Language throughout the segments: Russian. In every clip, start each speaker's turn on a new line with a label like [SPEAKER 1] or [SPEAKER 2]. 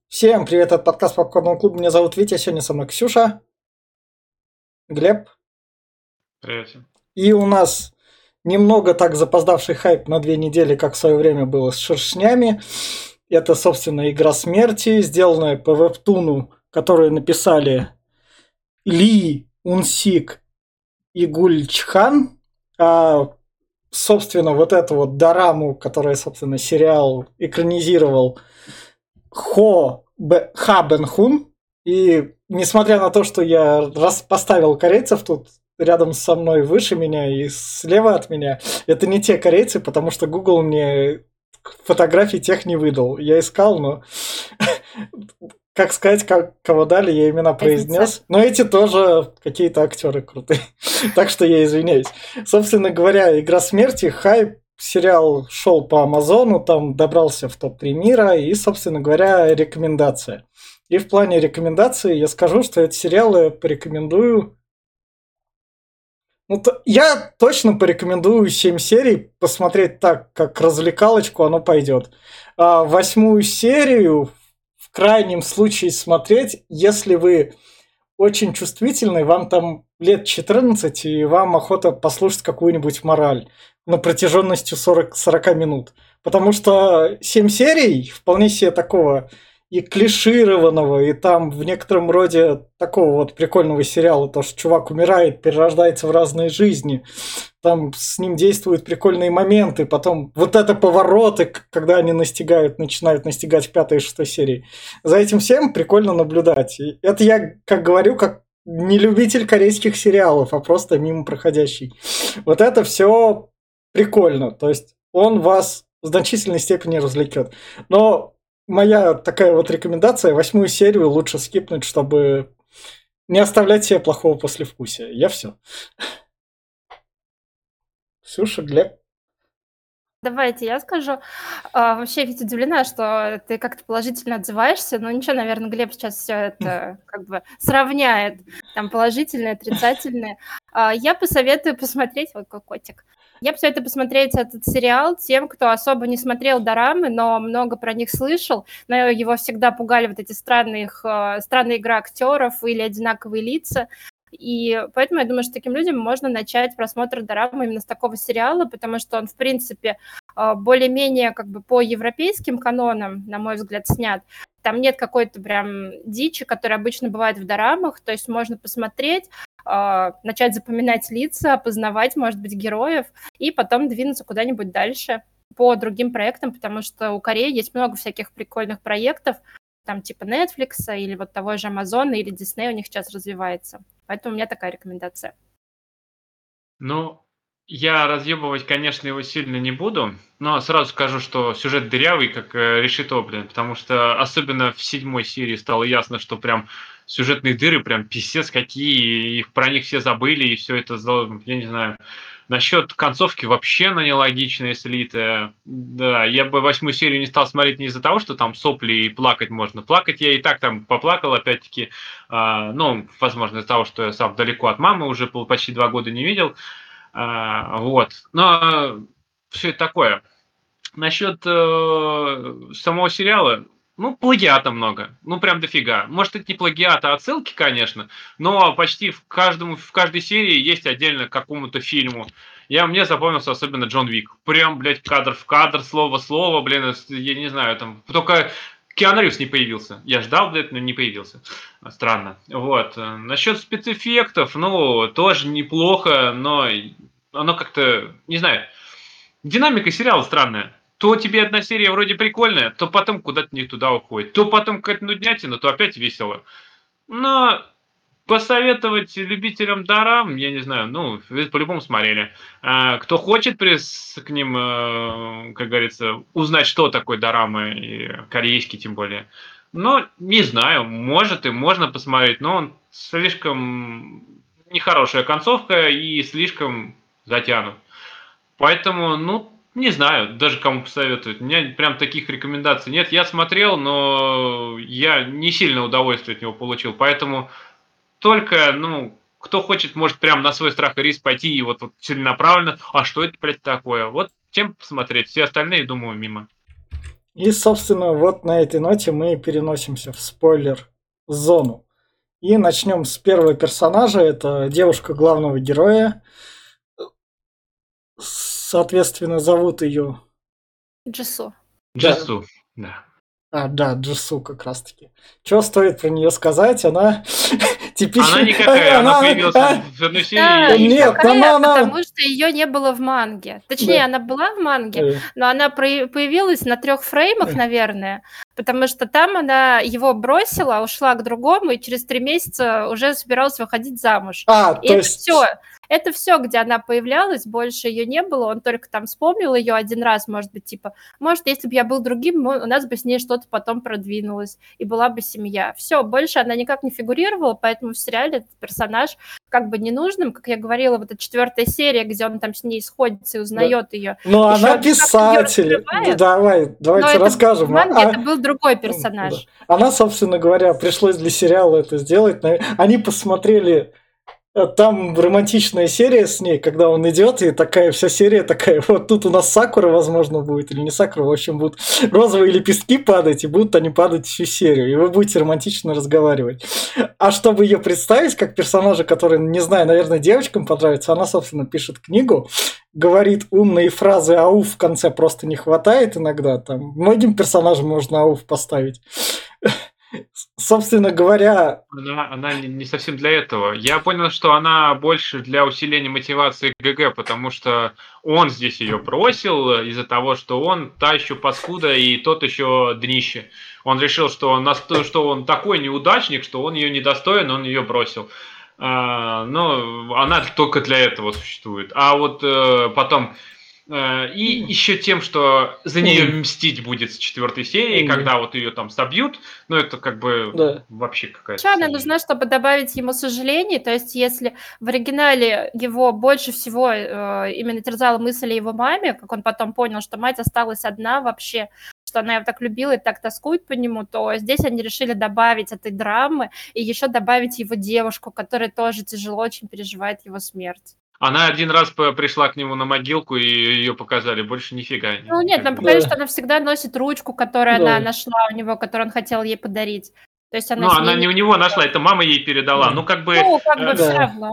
[SPEAKER 1] Всем привет, это подкаст Попкорного клуба. Меня зовут Витя, сегодня со мной Ксюша, Глеб.
[SPEAKER 2] Привет.
[SPEAKER 1] И у нас немного так запоздавший хайп на 2 недели, как в свое время было с шершнями. Это, собственно, «Игра смерти», сделанная по вебтуну, которую написали Ли Унсик и Гульчхан. А, собственно, вот эту вот дораму, которая, собственно, сериал экранизировал Ха Бен Хун. И несмотря на то, что я раз поставил корейцев тут рядом со мной, выше меня и слева от меня, это не те корейцы, потому что Google мне фотографий тех не выдал. Я искал, но как сказать, кого дали, я имена
[SPEAKER 3] Разница.
[SPEAKER 1] произнес. Но эти тоже какие-то актеры крутые. Так что я извиняюсь. Собственно говоря, «Игра смерти», хайп, сериал шел по Амазону, там добрался в топ-3 мира, и, собственно говоря, рекомендация. И в плане рекомендаций я скажу, что эти сериалы порекомендую. Я точно порекомендую 7 серий посмотреть так, как развлекалочку оно пойдет. А 8 серию в крайнем случае смотреть, если вы очень чувствительный, вам там лет 14, и вам охота послушать какую-нибудь мораль на протяженностью 40 минут. Потому что 7 серий вполне себе такого и клишированного, и там в некотором роде такого вот прикольного сериала, то, что чувак умирает, перерождается в разные жизни, там с ним действуют прикольные моменты, потом вот это повороты, когда они начинают настигать в 5-6 серии. За этим всем прикольно наблюдать. И это я, как говорю, как не любитель корейских сериалов, а просто мимо проходящий. Вот это все прикольно. То есть он вас в значительной степени развлекет. Но моя такая вот рекомендация: 8 серию лучше скипнуть, чтобы не оставлять себе плохого послевкусия. Я все. Ксюша, Глеб.
[SPEAKER 3] Давайте я скажу. Вообще ведь удивлена, что ты как-то положительно отзываешься, но ничего, наверное, Глеб сейчас все это как бы сравняет, там положительное, отрицательное. Я посоветую посмотреть, вот какой котик. Я посоветую посмотреть этот сериал тем, кто особо не смотрел дорамы, но много про них слышал, но его всегда пугали вот эти странная игра актеров или одинаковые лица. И поэтому я думаю, что таким людям можно начать просмотр дорамы именно с такого сериала, потому что он, в принципе, более-менее как бы по европейским канонам, на мой взгляд, снят. Там нет какой-то прям дичи, которая обычно бывает в дорамах, то есть можно посмотреть, начать запоминать лица, опознавать, может быть, героев, и потом двинуться куда-нибудь дальше по другим проектам, потому что у Кореи есть много всяких прикольных проектов, там типа Netflix или вот того же Amazon или Disney у них сейчас развивается. Поэтому у меня такая рекомендация.
[SPEAKER 2] Ну, я разъебывать, конечно, его сильно не буду, но сразу скажу, что сюжет дырявый, как решето, блин, потому что особенно в 7 серии стало ясно, что прям сюжетные дыры прям писец какие, и про них все забыли, и все это, я не знаю. Насчет концовки вообще она нелогичная, слитая. Да, я бы 8 серию не стал смотреть не из-за того, что там сопли и плакать можно. Плакать я и так там поплакал, опять-таки. Ну, возможно, из-за того, что я сам далеко от мамы уже почти 2 года не видел. Вот. Но все это такое. Насчет самого сериала, ну, плагиата много. Ну, прям дофига. Может, это не плагиат, а отсылки, конечно, но почти в каждой серии есть отдельно к какому-то фильму. Мне запомнился особенно Джон Вик. Прям, блядь, кадр в кадр, слово в слово, блин, я не знаю, там, только Киану Ривз не появился. Я ждал, блядь, но не появился. Странно. Вот. Насчет спецэффектов, ну, тоже неплохо, но оно как-то, не знаю, динамика сериала странная. То тебе одна серия вроде прикольная, то потом куда-то не туда уходит. То потом какая-то нуднятина, то опять весело. Но посоветовать любителям дорам, я не знаю, ну, вы по-любому смотрели. Кто хочет к ним, как говорится, узнать, что такое дорамы, и корейский тем более. Но не знаю, может и можно посмотреть, но он слишком нехорошая концовка и слишком затянут. Поэтому, ну, не знаю, даже кому посоветовать. У меня прям таких рекомендаций нет. Я смотрел, но я не сильно удовольствие от него получил. Поэтому только, ну, кто хочет, может прям на свой страх и риск пойти и вот целенаправленно, а что это, блядь, такое? Вот тем посмотреть. Все остальные, думаю, мимо.
[SPEAKER 1] И, собственно, вот на этой ноте мы переносимся в спойлер-зону. И начнем с первого персонажа. Это девушка главного героя. Соответственно, зовут ее...
[SPEAKER 3] Джису.
[SPEAKER 2] Джису, да.
[SPEAKER 1] Да, Джису как раз-таки. Что стоит про нее сказать? Она типичная...
[SPEAKER 2] Она никакая, она появилась в одной
[SPEAKER 3] Да,
[SPEAKER 2] серии.
[SPEAKER 1] Нет,
[SPEAKER 3] потому что ее не было в манге. Точнее,
[SPEAKER 1] Да.
[SPEAKER 3] она была в манге, но она появилась на 3 фреймах, наверное, потому что там она его бросила, ушла к другому, и через 3 месяца уже собиралась выходить замуж.
[SPEAKER 1] то
[SPEAKER 3] И
[SPEAKER 1] есть...
[SPEAKER 3] это все, где она появлялась, больше ее не было, он только там вспомнил ее один раз, может быть, типа, может, если бы я был другим, у нас бы с ней что-то потом продвинулось, и была бы семья. Все, больше она никак не фигурировала, поэтому в сериале этот персонаж как бы ненужным, как я говорила, вот эта 4-я серия, где он там с ней сходится и узнает ее.
[SPEAKER 1] Ну, она писатель. Давайте расскажем.
[SPEAKER 3] В манге это был другой персонаж.
[SPEAKER 1] Да. Она, собственно говоря, пришлось для сериала это сделать. Они посмотрели... Там романтичная серия с ней, когда он идет, и такая вся серия такая, вот тут у нас сакура, возможно, будет, или не сакура, в общем, будут розовые лепестки падать, и будут они падать всю серию, и вы будете романтично разговаривать. А чтобы ее представить как персонажа, который, не знаю, наверное, девочкам понравится, она, собственно, пишет книгу, говорит умные фразы, ауф в конце просто не хватает иногда, там многим персонажам можно ауф поставить. Собственно говоря...
[SPEAKER 2] Она не совсем для этого. Я понял, что она больше для усиления мотивации ГГ, потому что он здесь ее бросил из-за того, что он та еще паскуда и тот еще днище. Он решил, что он такой неудачник, что он ее недостоин, он ее бросил. Но она только для этого существует. А вот потом... И еще тем, что за нее мстить будет с 4-й серии, когда вот ее там собьют, ну это как бы вообще какая-то...
[SPEAKER 3] Еще она нужна, чтобы добавить ему сожалений, то есть если в оригинале его больше всего именно терзала мысль о его маме, как он потом понял, что мать осталась одна вообще, что она его так любила и так тоскует по нему, то здесь они решили добавить этой драмы и еще добавить его девушку, которая тоже тяжело очень переживает его смерть.
[SPEAKER 2] Она один раз пришла к нему на могилку, и ее показали, больше нифига.
[SPEAKER 3] Ну нет, нам показали, что она всегда носит ручку, которую она нашла у него, которую он хотел ей подарить. То есть
[SPEAKER 2] она не у него нашла, это мама ей передала. Ну, как бы...
[SPEAKER 3] все равно.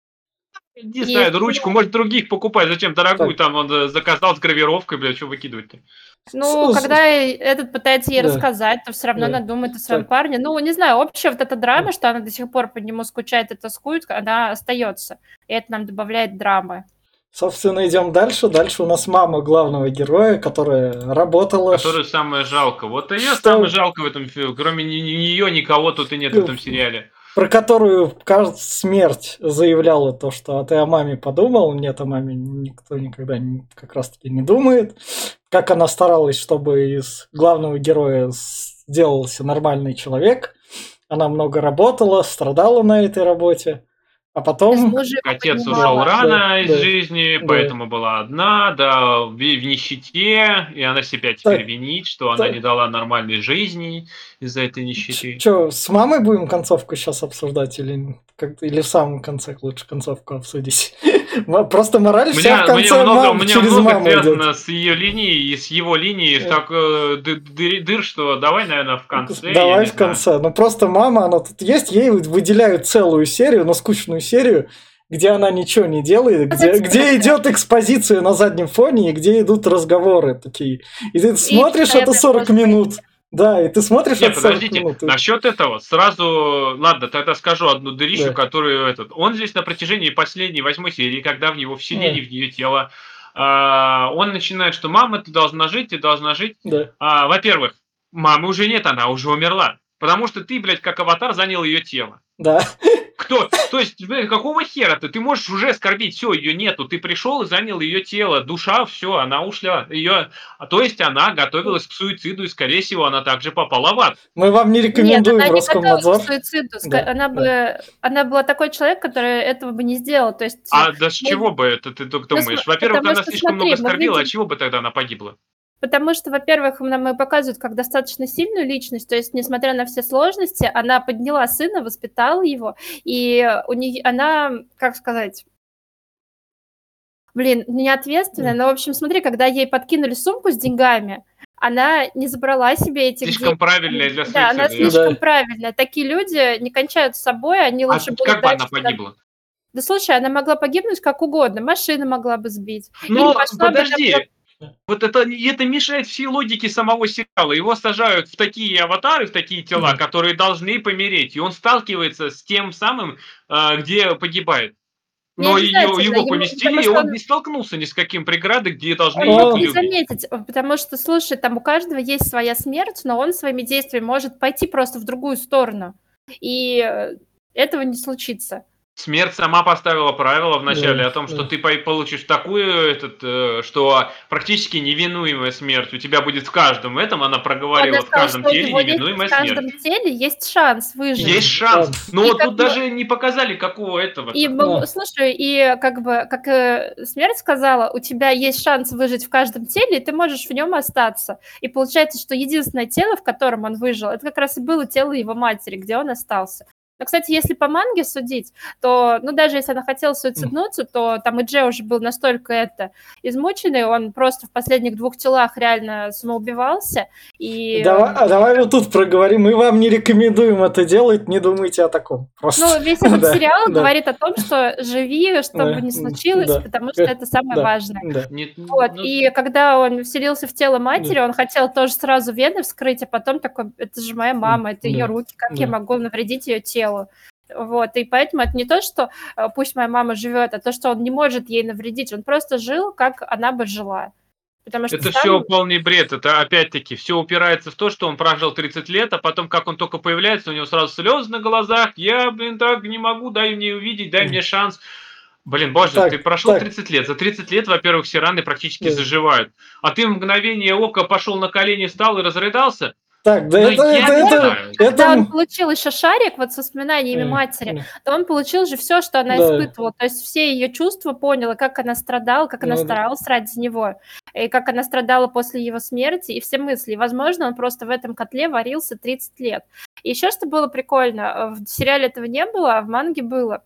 [SPEAKER 2] Не знаю, ручку, может, других покупать. Зачем дорогую? Там он заказал с гравировкой, блядь, что выкидывать-то?
[SPEAKER 3] Ну, когда этот пытается ей рассказать, то все равно она думает о своем парне. Ну, не знаю, общая вот эта драма, что она до сих пор по нему скучает и тоскует, она остается. И это нам добавляет драмы.
[SPEAKER 1] Собственно, идем дальше. Дальше у нас мама главного героя, которая работала...
[SPEAKER 2] Которую самое жалко. Вот ее самое жалко в этом фильме. Кроме нее никого тут и нет в этом сериале.
[SPEAKER 1] Про которую, кажется, смерть заявляла то, что а ты о маме подумал. Нет, о маме никто никогда как раз-таки не думает. Как она старалась, чтобы из главного героя сделался нормальный человек. Она много работала, страдала на этой работе. А потом...
[SPEAKER 2] Отец ушел рано из жизни, поэтому была одна, в нищете, и она себя теперь винит, что она не дала нормальной жизни из-за этой нищеты.
[SPEAKER 1] Что, с мамой будем концовку сейчас обсуждать или в самом конце лучше концовку обсудить? Просто мораль вся в конце через маму идет.
[SPEAKER 2] У меня много связано с ее линией и с его линией, так дыр, что давай, наверное, в конце.
[SPEAKER 1] Давай в конце. Ну просто мама, она тут есть, ей выделяют целую серию, но скучную серию, где она ничего не делает, где идет экспозиция на заднем фоне и где идут разговоры такие. И ты смотришь это 40 минут. Да, и ты смотришь это 40 минут.
[SPEAKER 2] Насчет этого сразу, ладно, тогда скажу одну дырищу, которую он здесь на протяжении последней 8-й серии, когда в него вселили в нее тело, он начинает, что мама, ты должна жить. Во-первых, мамы уже нет, она уже умерла. Потому что ты, блядь, как аватар, занял ее тело.
[SPEAKER 1] Да.
[SPEAKER 2] Кто? То есть, какого хера ты можешь уже оскорбить, все, ее нету, ты пришел и занял ее тело, душа, все, она ушла. То есть она готовилась к суициду, и, скорее всего, она также попала в ад.
[SPEAKER 1] Мы вам не рекомендуем Роскомнадзор.
[SPEAKER 3] Нет, она не готовилась к суициду. Она была такой человек, который этого бы не сделал. То есть,
[SPEAKER 2] с чего бы это ты думаешь? Во-первых, она слишком много оскорбила, а чего бы тогда она погибла?
[SPEAKER 3] Потому что, во-первых, нам показывают как достаточно сильную личность, то есть, несмотря на все сложности, она подняла сына, воспитала его, и у нее она, как сказать, не ответственная, но, в общем, смотри, когда ей подкинули сумку с деньгами, она не забрала себе этих
[SPEAKER 2] Слишком
[SPEAKER 3] денег.
[SPEAKER 2] правильная для
[SPEAKER 3] Да, она
[SPEAKER 2] суицида.
[SPEAKER 3] слишком
[SPEAKER 1] Да.
[SPEAKER 3] правильная. Такие люди не кончают с собой, они
[SPEAKER 2] А
[SPEAKER 3] лучше будут
[SPEAKER 2] как бы она
[SPEAKER 3] дальше...
[SPEAKER 2] погибла?
[SPEAKER 3] Да слушай, она могла погибнуть как угодно, машина могла бы сбить. Или
[SPEAKER 2] Но
[SPEAKER 3] пошла бы на...
[SPEAKER 2] подожди, вот это мешает всей логике самого сериала. Его сажают в такие аватары, в такие тела,
[SPEAKER 1] Да.
[SPEAKER 2] которые должны помереть. И он сталкивается с тем самым, где погибает.
[SPEAKER 3] Не
[SPEAKER 2] Но
[SPEAKER 3] обязательно,
[SPEAKER 2] его
[SPEAKER 3] ему,
[SPEAKER 2] поместили,
[SPEAKER 3] потому
[SPEAKER 2] и
[SPEAKER 3] что
[SPEAKER 2] он не столкнулся ни с каким преградой, где должны
[SPEAKER 3] он
[SPEAKER 2] ее
[SPEAKER 3] мог не
[SPEAKER 2] убить.
[SPEAKER 3] заметить, потому что, слушай, там у каждого есть своя смерть, но он своими действиями может пойти просто в другую сторону. И этого не случится.
[SPEAKER 2] Смерть сама поставила правило в начале
[SPEAKER 1] Да,
[SPEAKER 2] о том, что
[SPEAKER 1] да.
[SPEAKER 2] ты получишь такую, что практически невинуемая смерть у тебя будет в каждом этом, она
[SPEAKER 3] Она
[SPEAKER 2] проговорила, в
[SPEAKER 3] сказала,
[SPEAKER 2] каждом
[SPEAKER 3] что у
[SPEAKER 2] теле
[SPEAKER 3] него есть
[SPEAKER 2] невинуемая
[SPEAKER 3] в каждом
[SPEAKER 2] смерть.
[SPEAKER 3] теле есть шанс выжить.
[SPEAKER 2] Есть шанс,
[SPEAKER 1] Шанс.
[SPEAKER 2] но
[SPEAKER 3] И как
[SPEAKER 2] тут
[SPEAKER 3] бы-
[SPEAKER 2] даже не показали, какого этого.
[SPEAKER 3] И,
[SPEAKER 1] Да.
[SPEAKER 3] слушай, и как бы, как смерть сказала, у тебя есть шанс выжить в каждом теле, и ты можешь в нем остаться. И получается, что единственное тело, в котором он выжил, это как раз и было тело его матери, где он остался. Но, кстати, если по манге судить, то, ну, даже если она хотела суициднуться, то там Идже уже был настолько измученный, он просто в последних 2 телах реально самоубивался. И,
[SPEAKER 1] Давай вот тут проговорим. Мы вам не рекомендуем это делать, не думайте о таком. Просто.
[SPEAKER 3] ну, весь этот
[SPEAKER 1] Да,
[SPEAKER 3] сериал
[SPEAKER 1] да,
[SPEAKER 3] говорит о том, что живи, что бы
[SPEAKER 1] да,
[SPEAKER 3] ни случилось,
[SPEAKER 1] да.
[SPEAKER 3] потому что это самое
[SPEAKER 1] Да,
[SPEAKER 3] важное.
[SPEAKER 1] да.
[SPEAKER 2] Нет,
[SPEAKER 3] Вот,
[SPEAKER 2] ну,
[SPEAKER 3] и когда он вселился в тело матери, он хотел тоже сразу вены вскрыть, а потом такой, это же моя мама, это ее
[SPEAKER 1] Да,
[SPEAKER 3] руки, как я
[SPEAKER 1] да.
[SPEAKER 3] могу навредить ее телу? Вот, и поэтому это не то, что пусть моя мама живет, а то, что он не может ей навредить, он просто жил, как она бы жила. Потому что
[SPEAKER 2] это
[SPEAKER 3] сам...
[SPEAKER 2] все полный бред. Это опять-таки все упирается в то, что он прожил 30 лет, а потом, как он только появляется, у него сразу слезы на глазах. Я, так не могу, дай мне увидеть, дай мне шанс. Блин, боже,
[SPEAKER 1] Так,
[SPEAKER 2] ты прошел
[SPEAKER 1] так.
[SPEAKER 2] 30 лет. За 30 лет, во-первых, все раны практически
[SPEAKER 1] Да.
[SPEAKER 2] заживают. А ты в мгновение ока пошел на колени, встал и разрыдался?
[SPEAKER 1] Так, да
[SPEAKER 2] Ну,
[SPEAKER 1] это,
[SPEAKER 2] я
[SPEAKER 1] это,
[SPEAKER 2] не
[SPEAKER 1] это,
[SPEAKER 2] знаю.
[SPEAKER 3] Когда он
[SPEAKER 1] это...
[SPEAKER 3] получил еще шарик вот с воспоминаниями матери, то он получил же все, что она
[SPEAKER 1] Да.
[SPEAKER 3] испытывала. То есть все ее чувства поняла, как она страдала, как она
[SPEAKER 1] Ну да.
[SPEAKER 3] старалась ради него, и как она страдала после его смерти, и все мысли. И, возможно, он просто в этом котле варился 30 лет. И еще что было прикольно, в сериале этого не было, а в манге было.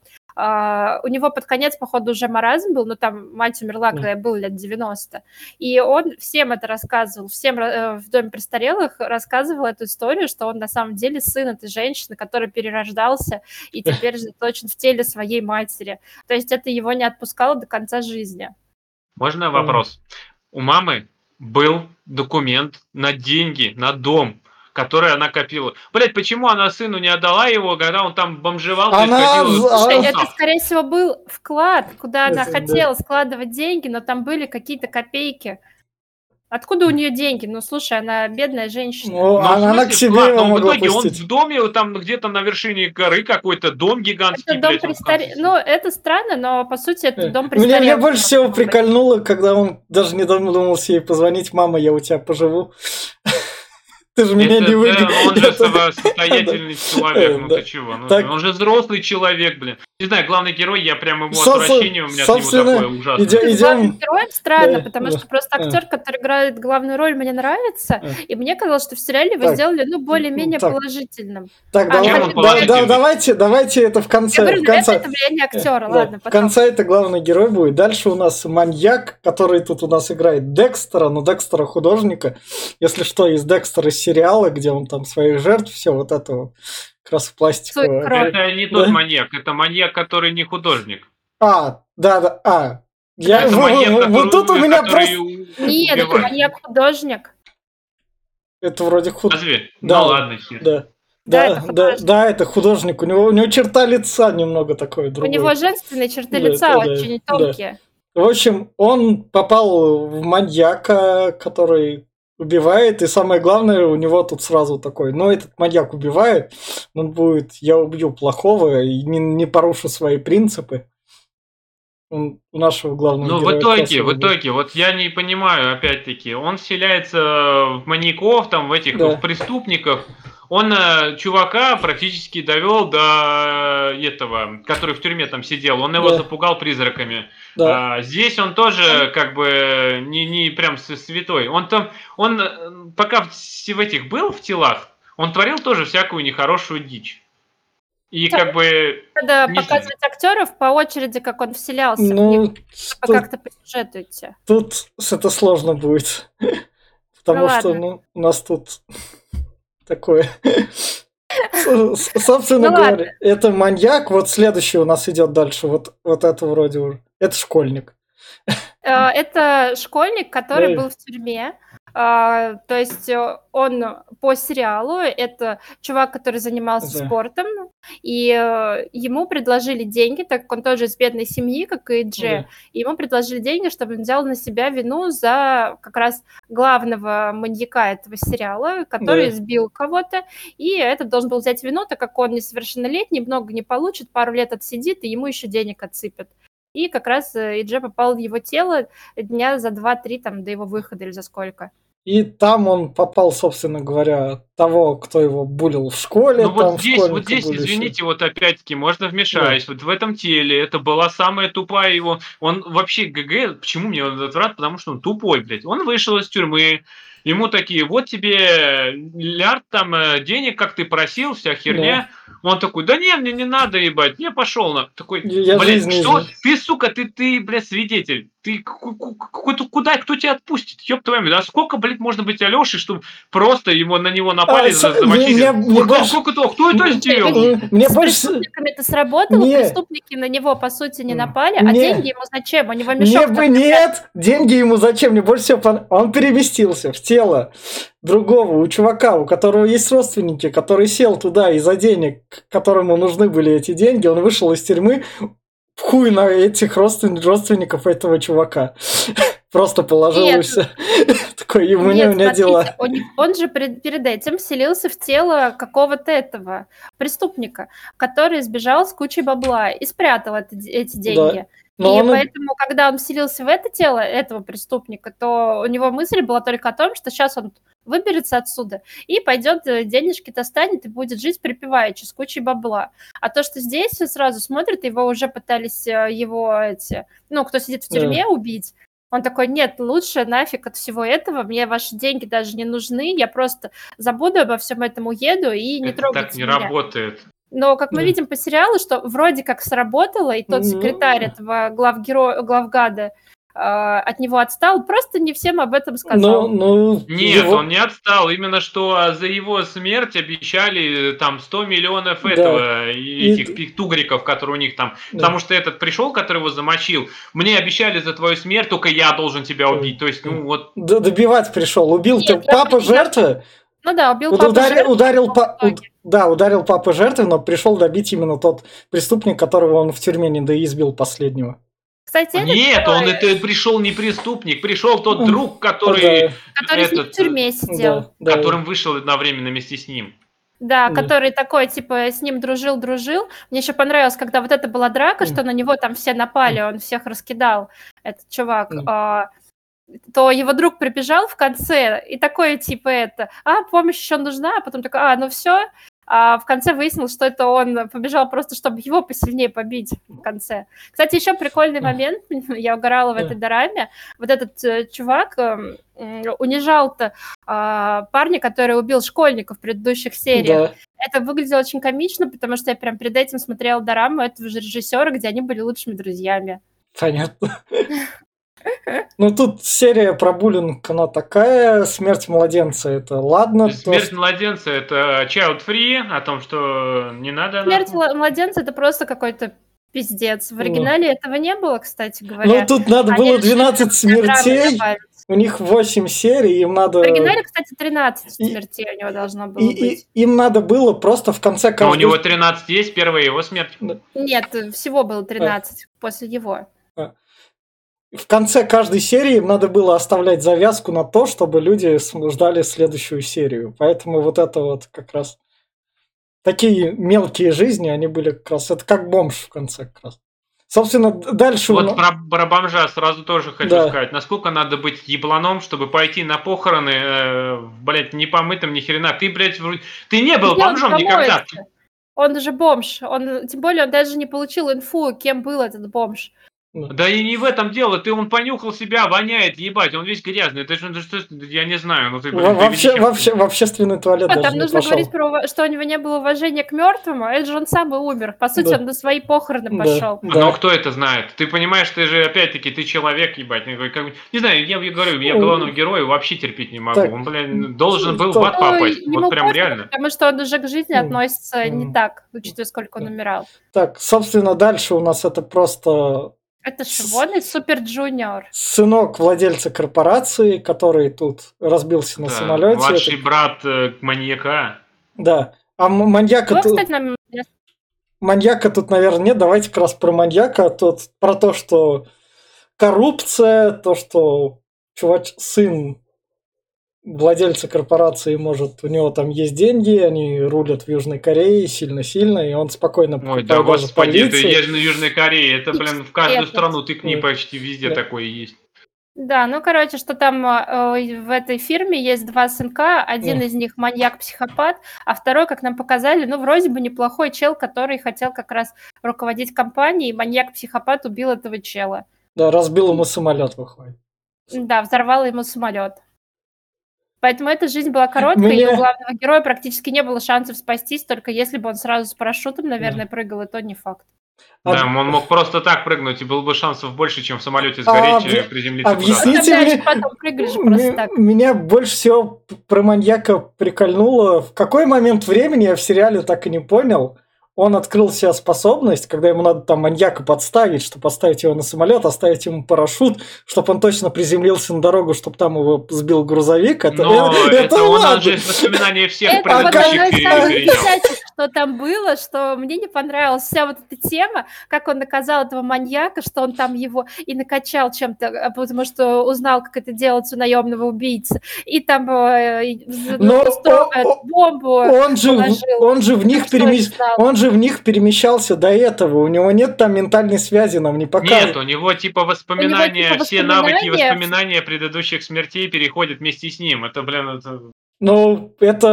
[SPEAKER 3] У него под конец, походу, уже маразм был, но там мать умерла, когда ей было лет 90. И он всем это рассказывал, всем в Доме престарелых рассказывал эту историю, что он на самом деле сын этой женщины, который перерождался и теперь заточен в теле своей матери. То есть это его не отпускало до конца жизни.
[SPEAKER 2] Можно вопрос? У мамы был документ на деньги, на дом, который она копила. Блять, почему она сыну не отдала его, когда он там бомжевал,
[SPEAKER 3] Слушай, это, скорее всего, был вклад, куда она
[SPEAKER 1] Это
[SPEAKER 3] хотела складывать деньги, но там были какие-то копейки. Откуда у нее деньги? Ну, слушай, она бедная женщина.
[SPEAKER 1] Ну, она к себе
[SPEAKER 2] вклад,
[SPEAKER 1] его
[SPEAKER 2] но в
[SPEAKER 1] могла
[SPEAKER 2] итоге он
[SPEAKER 1] пустить.
[SPEAKER 2] в доме, там где-то на вершине горы какой-то дом гигантский.
[SPEAKER 3] Это дом
[SPEAKER 2] блядь, он
[SPEAKER 3] престарелых. Ну, это странно, но по сути это дом
[SPEAKER 1] Меня
[SPEAKER 3] престарелых.
[SPEAKER 1] больше всего прикольнуло, когда он даже не додумался ей позвонить: мама, я у тебя поживу. Ты же меня не выгонишь.
[SPEAKER 2] Он же состоятельный человек, ну ты чего? Он же взрослый человек, блин. Не знаю, главный герой, я прям ему отвращение, у меня к нему такое ужасное.
[SPEAKER 3] Главным героем странно, потому что просто актер, который играет главную роль, мне нравится, и мне казалось, что в сериале вы сделали, ну, более-менее положительным.
[SPEAKER 1] Так, давайте это в конце.
[SPEAKER 3] Я говорю, это влияние актера, ладно,
[SPEAKER 1] в конце это главный герой будет. Дальше у нас маньяк, который тут у нас играет Декстера, но Декстера художника. Если что, из Декстера сериала, где он там своих жертв, все вот этого как раз в пластиковое.
[SPEAKER 2] Это не тот маньяк, это маньяк, который не художник.
[SPEAKER 1] Да.
[SPEAKER 2] Маньяк,
[SPEAKER 1] вот тут у меня просто...
[SPEAKER 3] Нет, это маньяк-художник.
[SPEAKER 1] Это вроде
[SPEAKER 2] Разве? Да. Ну ладно,
[SPEAKER 1] Да, это художник. У него черта лица немного такое другое.
[SPEAKER 3] У него женственные черты лица очень тонкие.
[SPEAKER 1] В общем, он попал в маньяка, который убивает, и самое главное, у него тут сразу такой: ну, этот маньяк убивает, он будет: я убью плохого и не порушу свои принципы. У нашего главного героя.
[SPEAKER 2] В итоге, вот я не понимаю, опять-таки, он вселяется в маньяков, там, в преступников. Он чувака практически довел до этого, который в тюрьме там сидел. Он его запугал призраками. Да. Здесь он тоже как бы не прям святой. Он пока в этих был в телах, он творил тоже всякую нехорошую дичь. И как бы...
[SPEAKER 3] Надо показывать актеров по очереди, как он вселялся в них, как-то по сюжету идти.
[SPEAKER 1] Тут это сложно будет. Потому что,
[SPEAKER 3] ладно.
[SPEAKER 1] у нас тут такое. Собственно
[SPEAKER 3] Ну
[SPEAKER 1] говоря,
[SPEAKER 3] ладно.
[SPEAKER 1] это маньяк. Вот следующий у нас идет дальше. Вот это вроде уже. Это школьник.
[SPEAKER 3] Это школьник, который
[SPEAKER 1] Да.
[SPEAKER 3] был в тюрьме. То есть он по сериалу, это чувак, который занимался
[SPEAKER 1] Да.
[SPEAKER 3] спортом, и ему предложили деньги, так как он тоже из бедной семьи, как и Дже,
[SPEAKER 1] Да.
[SPEAKER 3] и ему предложили деньги, чтобы он взял на себя вину за как раз главного маньяка этого сериала, который
[SPEAKER 1] Да.
[SPEAKER 3] сбил кого-то, и этот должен был взять вину, так как он несовершеннолетний, много не получит, пару лет отсидит, и ему еще денег отсыпят. И как раз Идже попал в его тело дня за 2-3 там, до его выхода или за сколько.
[SPEAKER 1] И там он попал, собственно говоря, того, кто его булил в школе,
[SPEAKER 2] Ну вот
[SPEAKER 1] там
[SPEAKER 2] здесь,
[SPEAKER 1] школьника булили.
[SPEAKER 2] извините, вот опять-таки, можно вмешаюсь. Вот в этом теле это была самая тупая его... Он вообще ГГ, почему мне он отврат? Потому что он тупой, блядь. Он вышел из тюрьмы, ему такие, вот тебе миллиард там денег, как ты просил, вся херня. Он такой, да не, мне не надо, ебать, мне пошел на. Такой,
[SPEAKER 1] Я
[SPEAKER 2] блядь,
[SPEAKER 1] жизни
[SPEAKER 2] что?
[SPEAKER 1] изменил.
[SPEAKER 2] Ты, сука, ты, блядь, свидетель. Ты какой-то куда, кто тебя отпустит? Ёб твою мать, а сколько, блядь, можно быть Алёшей, чтобы просто ему на него напали, замочили? Кто это сделал?
[SPEAKER 1] Мне
[SPEAKER 3] С
[SPEAKER 1] больше...
[SPEAKER 3] преступниками это сработало,
[SPEAKER 1] Не.
[SPEAKER 3] преступники на него, по сути, не напали, а
[SPEAKER 1] Не.
[SPEAKER 3] деньги ему зачем? У него мешок...
[SPEAKER 1] Нет, деньги ему зачем? Мне больше всего он переместился в тело другого, у чувака, у которого есть родственники, который сел туда из-за денег, которому нужны были эти деньги, он вышел из тюрьмы, в хуй на этих родственников этого чувака. Просто положил и все. Такой, у меня дела.
[SPEAKER 3] Он же перед этим вселился в тело какого-то этого преступника, который сбежал с кучей бабла и спрятал эти деньги. И поэтому, когда он вселился в это тело этого преступника, то у него мысль была только о том, что сейчас он выберется отсюда и пойдет денежки достанет и будет жить припеваючи с кучей бабла. А то, что здесь сразу смотрят, его уже пытались кто сидит в тюрьме, убить. Он такой, нет, лучше нафиг от всего этого, мне ваши деньги даже не нужны, я просто забуду обо всем этом, уеду и не трогайте меня.
[SPEAKER 2] Так не работает.
[SPEAKER 3] Но, как мы видим по сериалу, что вроде как сработало, и тот секретарь этого главгада от него отстал, просто не всем об этом сказал.
[SPEAKER 2] Нет, он не отстал, именно что за его смерть обещали там 100 миллионов этих тугриков, которые у них там, потому что этот пришел, который его замочил, мне обещали за твою смерть, только я должен тебя убить, то есть,
[SPEAKER 1] добивать пришел, убил папу жертвы.
[SPEAKER 3] Ну да, убил папу жертвы.
[SPEAKER 1] Ударил папу жертвы, но пришел добить именно тот преступник, которого он в тюрьме не доизбил последнего.
[SPEAKER 3] Кстати,
[SPEAKER 2] нет, он это пришел не преступник, пришел тот друг, который
[SPEAKER 3] в тюрьме сидел,
[SPEAKER 2] которым вышел одновременно вместе с ним.
[SPEAKER 3] Да, который такой, типа, с ним дружил. Мне еще понравилось, когда вот это была драка, что на него там все напали, он всех раскидал, этот чувак. То его друг прибежал в конце и такой, типа, помощь еще нужна, а потом такой, ну все. А в конце выяснилось, что это он побежал просто, чтобы его посильнее побить в конце. Кстати, еще прикольный момент, я угорала в этой дораме. Вот этот чувак унижал-то парня, который убил школьников в предыдущих сериях. Да. Это выглядело очень комично, потому что я прям перед этим смотрела дораму этого же режиссера, где они были лучшими друзьями.
[SPEAKER 1] Понятно. Тут серия про буллинг, она такая, смерть младенца, это ладно.
[SPEAKER 2] Смерть младенца, это child-free, о том, что не надо...
[SPEAKER 3] Смерть младенца, это просто какой-то пиздец. В оригинале этого не было, кстати говоря.
[SPEAKER 1] Тут надо было 12 смертей, у них 8 серий, им надо...
[SPEAKER 3] В оригинале, кстати, 13 смертей у него должно было быть.
[SPEAKER 1] Им надо было просто в конце каждого...
[SPEAKER 2] Но у него 13 есть, первая его смерть.
[SPEAKER 3] Нет, всего было 13 после его.
[SPEAKER 1] В конце каждой серии им надо было оставлять завязку на то, чтобы люди ждали следующую серию. Поэтому вот это вот как раз такие мелкие жизни, они были как раз... Это как бомж в конце как раз. Собственно, дальше...
[SPEAKER 2] Вот про бомжа сразу тоже хочу сказать. Насколько надо быть ебланом, чтобы пойти на похороны, блядь, не помытым, ни хрена. Ты, блядь, ты не был бомжом никогда.
[SPEAKER 3] Он же бомж. Тем более, он даже не получил инфу, кем был этот бомж.
[SPEAKER 2] Да и не в этом дело, он понюхал себя, воняет, ебать, он весь грязный, это же, я не знаю, ну ты, блин,
[SPEAKER 1] В общественный туалет даже
[SPEAKER 3] Там
[SPEAKER 1] не
[SPEAKER 3] нужно говорить
[SPEAKER 1] пошел.
[SPEAKER 3] что у него не было уважения к мертвому, а это же он сам и умер. По сути,
[SPEAKER 1] Да.
[SPEAKER 3] он на свои похороны
[SPEAKER 1] Да,
[SPEAKER 3] пошел.
[SPEAKER 2] Но
[SPEAKER 1] да.
[SPEAKER 2] кто это знает? Ты понимаешь, ты же, опять-таки, ты человек, ебать. Не знаю, я говорю, я главного героя вообще терпеть не могу.
[SPEAKER 1] Так.
[SPEAKER 2] Он, блин, должен был в
[SPEAKER 1] Что?
[SPEAKER 2] ад попасть.
[SPEAKER 3] Ему
[SPEAKER 2] Вот прям
[SPEAKER 3] пофиг,
[SPEAKER 2] реально.
[SPEAKER 3] потому что он уже к жизни относится не так, учитывая, сколько он умирал.
[SPEAKER 1] Так, собственно, дальше у нас это просто
[SPEAKER 3] Это Шивон из Супер Джуниор.
[SPEAKER 1] сынок владельца корпорации, который тут разбился на
[SPEAKER 2] Да,
[SPEAKER 1] самолете.
[SPEAKER 2] младший брат маньяка.
[SPEAKER 1] Да. А маньяка
[SPEAKER 3] Его,
[SPEAKER 1] тут...
[SPEAKER 3] кстати, нам...
[SPEAKER 1] Маньяка тут, наверное, нет. Давайте как раз про маньяка. Тут про то, что коррупция, то, что сын владельца корпорации может, у него там есть деньги, они рулят в Южной Корее сильно-сильно, и он спокойно
[SPEAKER 2] Ой,
[SPEAKER 1] покупает
[SPEAKER 2] да
[SPEAKER 1] даже
[SPEAKER 2] господи, это
[SPEAKER 1] полиции.
[SPEAKER 2] есть на Южной Корее. Это, блин, в каждую
[SPEAKER 3] Это.
[SPEAKER 2] страну тыкни,
[SPEAKER 1] Да.
[SPEAKER 2] почти везде
[SPEAKER 1] Да.
[SPEAKER 2] такое есть.
[SPEAKER 3] Да, ну, короче, что там в этой фирме есть два сынка, один из них маньяк-психопат, а второй, как нам показали, ну, вроде бы неплохой чел, который хотел как раз руководить компанией, и маньяк-психопат убил этого чела.
[SPEAKER 1] Да, разбил ему самолет, выходит.
[SPEAKER 3] Да, взорвал ему самолет. Поэтому эта жизнь была короткой, и у главного героя практически не было шансов спастись, только если бы он сразу с парашютом, наверное, прыгал, и то не факт.
[SPEAKER 2] Да, он мог просто так прыгнуть, и было бы шансов больше, чем в самолете сгореть и приземлиться
[SPEAKER 1] объясните мне,
[SPEAKER 3] потом прыгали же просто так.
[SPEAKER 1] Меня больше всего про маньяка прикольнуло, в какой момент времени, я в сериале так и не понял, он открыл себе способность, когда ему надо там маньяка подставить, чтобы поставить его на самолет, оставить ему парашют, чтобы он точно приземлился на дорогу, чтобы там его сбил грузовик.
[SPEAKER 2] Это он же воспоминания всех предыдущих перенес.
[SPEAKER 3] Что там было, что мне не понравилась вся вот эта тема, как он наказал этого маньяка, что он там его и накачал чем-то, потому что узнал, как это делается у наемного убийцы, и там бомбу
[SPEAKER 1] он же в них перемещался до этого, у него нет там ментальной связи, нам не показывают.
[SPEAKER 2] Нет, у него типа воспоминания, все навыки и воспоминания предыдущих смертей переходят вместе с ним. Это, блин, это...
[SPEAKER 1] у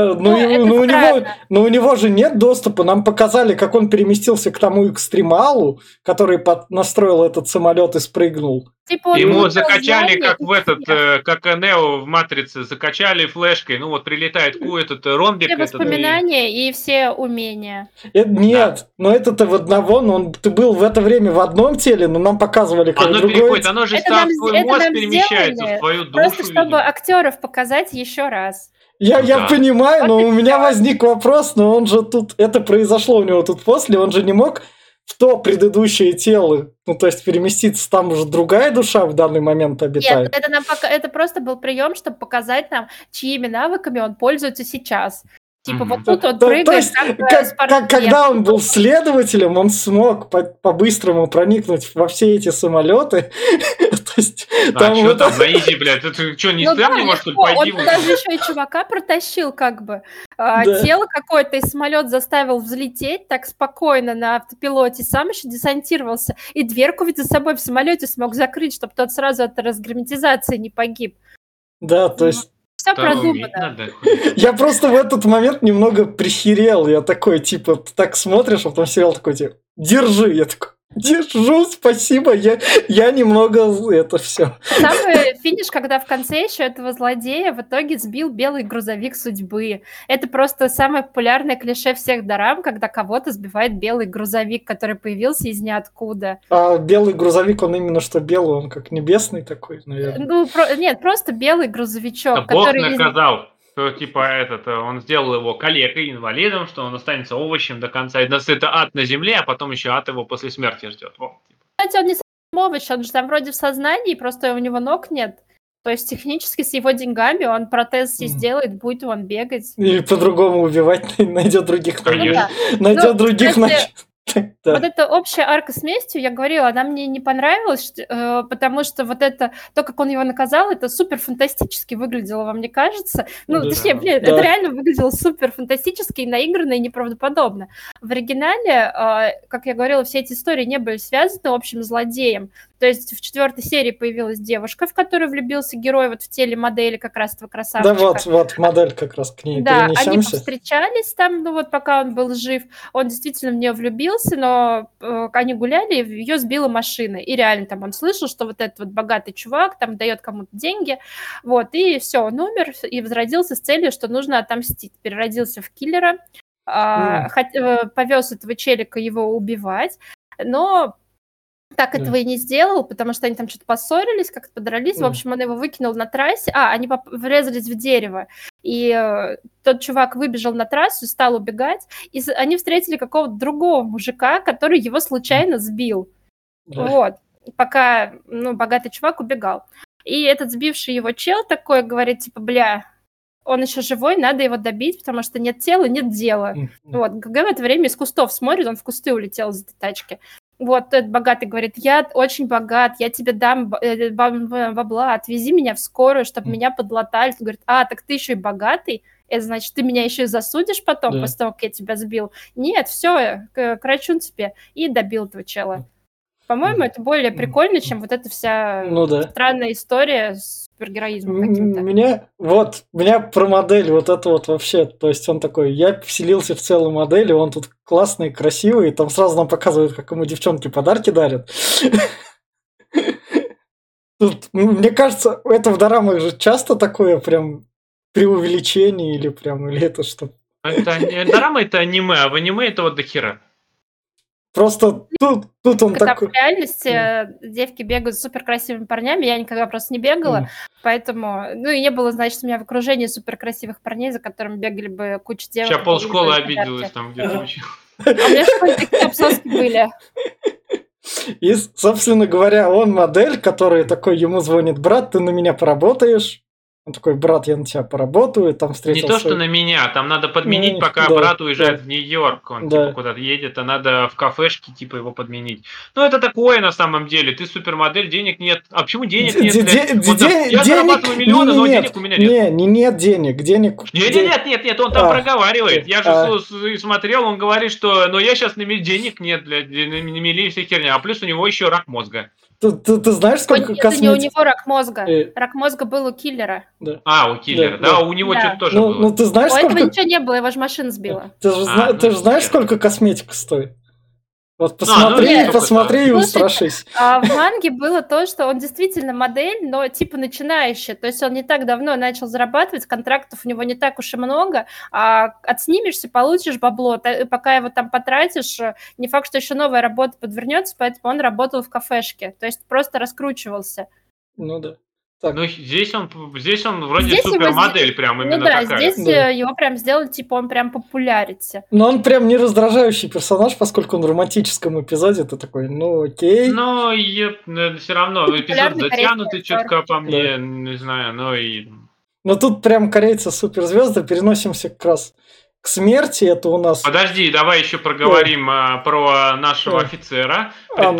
[SPEAKER 1] него же нет доступа. Нам показали, как он переместился к тому экстремалу, который настроил этот самолет и спрыгнул.
[SPEAKER 3] Типа
[SPEAKER 2] ему закачали, как Нео в «Матрице», закачали флешкой, ну вот прилетает этот ромбик.
[SPEAKER 3] Все воспоминания и все умения.
[SPEAKER 1] Нет, но это-то в одного, ты был в это время в одном теле, но нам показывали, как
[SPEAKER 2] оно
[SPEAKER 1] другое.
[SPEAKER 2] Переходит, оно же в твой мозг перемещается, в твою душу.
[SPEAKER 3] Просто чтобы актеров показать еще раз.
[SPEAKER 1] Я понимаю, но у меня возник вопрос, но он же тут, это произошло у него тут после, он же не мог в то предыдущее тело, ну то есть переместиться, там уже другая душа в данный момент обитает.
[SPEAKER 3] Нет, это просто был прием, чтобы показать нам, чьими навыками он пользуется сейчас. Типа вот тут он прыгает.
[SPEAKER 1] То есть, когда он был следователем, он смог по-быстрому проникнуть во все эти самолеты.
[SPEAKER 2] Что там на изи, блядь? Ты что, не Стэнли, может, тут пойди?
[SPEAKER 3] Он даже еще и чувака протащил, как бы. Тело какое-то, и самолет заставил взлететь так спокойно на автопилоте, сам еще десантировался. И дверку ведь за собой в самолете смог закрыть, чтобы тот сразу от разгерметизации не погиб.
[SPEAKER 1] Да, то есть...
[SPEAKER 3] Все продумано.
[SPEAKER 1] Я просто в этот момент немного прихерел. Я такой, типа, ты так смотришь, а потом сериал такой, типа, держи. Я такой, держу, спасибо. Я немного это все.
[SPEAKER 3] Самый финиш, когда в конце еще этого злодея в итоге сбил белый грузовик судьбы. Это просто самое популярное клише всех дорам, когда кого-то сбивает белый грузовик, который появился из ниоткуда.
[SPEAKER 1] А белый грузовик, он именно что белый, он как небесный такой, наверное.
[SPEAKER 3] Нет, просто белый грузовичок.
[SPEAKER 2] Бог наказал. Что типа он сделал его калекой, инвалидом, что он останется овощем до конца. И это ад на земле, а потом еще ад его после смерти ждет.
[SPEAKER 3] Кстати, он не совсем овощ, он же там вроде в сознании, просто у него ног нет. То есть технически с его деньгами он протез себе сделает, будет он бегать.
[SPEAKER 1] Или по-другому убивать, найдет других. Найдет других.
[SPEAKER 3] Да. Вот эта общая арка с местью, я говорила, она мне не понравилась, потому что вот это, то, как он его наказал, это супер фантастически выглядело, вам не кажется? Ну, точнее, это реально выглядело супер фантастически и наигранно, и неправдоподобно. В оригинале, как я говорила, все эти истории не были связаны общим злодеем. То есть в 4-й серии появилась девушка, в которую влюбился герой вот в теле модели как раз этого красавчика.
[SPEAKER 1] Да, вот модель как раз к ней перенесемся.
[SPEAKER 3] Да, они повстречались там, ну вот пока он был жив, он действительно в нее влюбился, разводился, но они гуляли, и ее сбила машина. И реально там он слышал, что вот этот вот богатый чувак там дает кому-то деньги, вот, и все, он умер и возродился с целью, что нужно отомстить. Переродился в киллера, повез этого челика его убивать, но так этого и не сделал, потому что они там что-то поссорились, как-то подрались. В общем, он его выкинул на трассе. Они врезались в дерево. И тот чувак выбежал на трассу, стал убегать. И они встретили какого-то другого мужика, который его случайно сбил. Вот. Пока, богатый чувак убегал. И этот сбивший его чел такой говорит, типа, бля, он еще живой, надо его добить, потому что нет тела, нет дела. Вот. ГГ в это время из кустов смотрит, он в кусты улетел из этой тачки. Вот этот богатый говорит, я очень богат, я тебе дам бабла, отвези меня в скорую, чтобы меня подлатали. Он говорит, так ты еще и богатый? Это значит, ты меня еще и засудишь потом, после того, как я тебя сбил? Нет, все, крачун тебе. И добил этого чела. По-моему, это более прикольно, чем вот эта вся странная история с супергероизмом каким-то.
[SPEAKER 1] Меня про модель вот это вот вообще, то есть он такой, я вселился в целую модель, и он тут классный, красивый, и там сразу нам показывают, как ему девчонки подарки дарят. Тут, мне кажется, это в дорамах же часто такое прям преувеличение или это что?
[SPEAKER 2] Дорама это аниме, а в аниме это вот дохера.
[SPEAKER 1] Просто тут он такой...
[SPEAKER 3] В реальности девки бегают с суперкрасивыми парнями, я никогда просто не бегала, поэтому... и не было, значит, у меня в окружении суперкрасивых парней, за которыми бегали бы куча девок.
[SPEAKER 2] Сейчас полшколы обиделась там где-то учила.
[SPEAKER 3] А у меня в школе такие обсоски были.
[SPEAKER 1] И, собственно говоря, он модель, который такой, ему звонит брат, ты на меня поработаешь. Он такой, брат, я на тебя поработаю, там встретился...
[SPEAKER 2] Не то, что на меня, там надо подменить, пока брат уезжает в Нью-Йорк, он типа куда-то едет, а надо в кафешке типа его подменить. Это такое на самом деле, ты супермодель, денег нет. А почему денег нет? Я зарабатываю миллионы, но денег у меня нет.
[SPEAKER 1] Нет денег.
[SPEAKER 2] Нет, он там проговаривает. Я же смотрел, он говорит, что но я сейчас денег нет, блядь, на мели вся херня, а плюс у него еще рак мозга.
[SPEAKER 1] Ты знаешь, сколько
[SPEAKER 3] косметики... Это не у него рак мозга. Рак мозга был у киллера.
[SPEAKER 2] У киллера, да, у него что-то тоже было.
[SPEAKER 1] Ты знаешь,
[SPEAKER 3] у этого ничего не было, его же машина сбила.
[SPEAKER 1] Ты же знаешь, сколько косметика стоит? Вот посмотри и устрашись.
[SPEAKER 3] В манге было то, что он действительно модель, но типа начинающий. То есть он не так давно начал зарабатывать, контрактов у него не так уж и много, а отснимешься, получишь бабло. Пока его там потратишь, не факт, что еще новая работа подвернется, поэтому он работал в кафешке. То есть просто раскручивался.
[SPEAKER 1] Да.
[SPEAKER 2] Так. Здесь он вроде супермодель, прям именно такая.
[SPEAKER 3] Здесь его прям сделали, типа он прям популярится.
[SPEAKER 1] Но он прям не раздражающий персонаж, поскольку он в романтическом эпизоде, ты такой, окей.
[SPEAKER 2] Но все равно эпизод затянутый, четко по мне, не знаю,
[SPEAKER 1] Но тут прям корейцы суперзвезды, переносимся как раз к смерти, это у нас...
[SPEAKER 2] Подожди, давай еще проговорим про нашего офицера,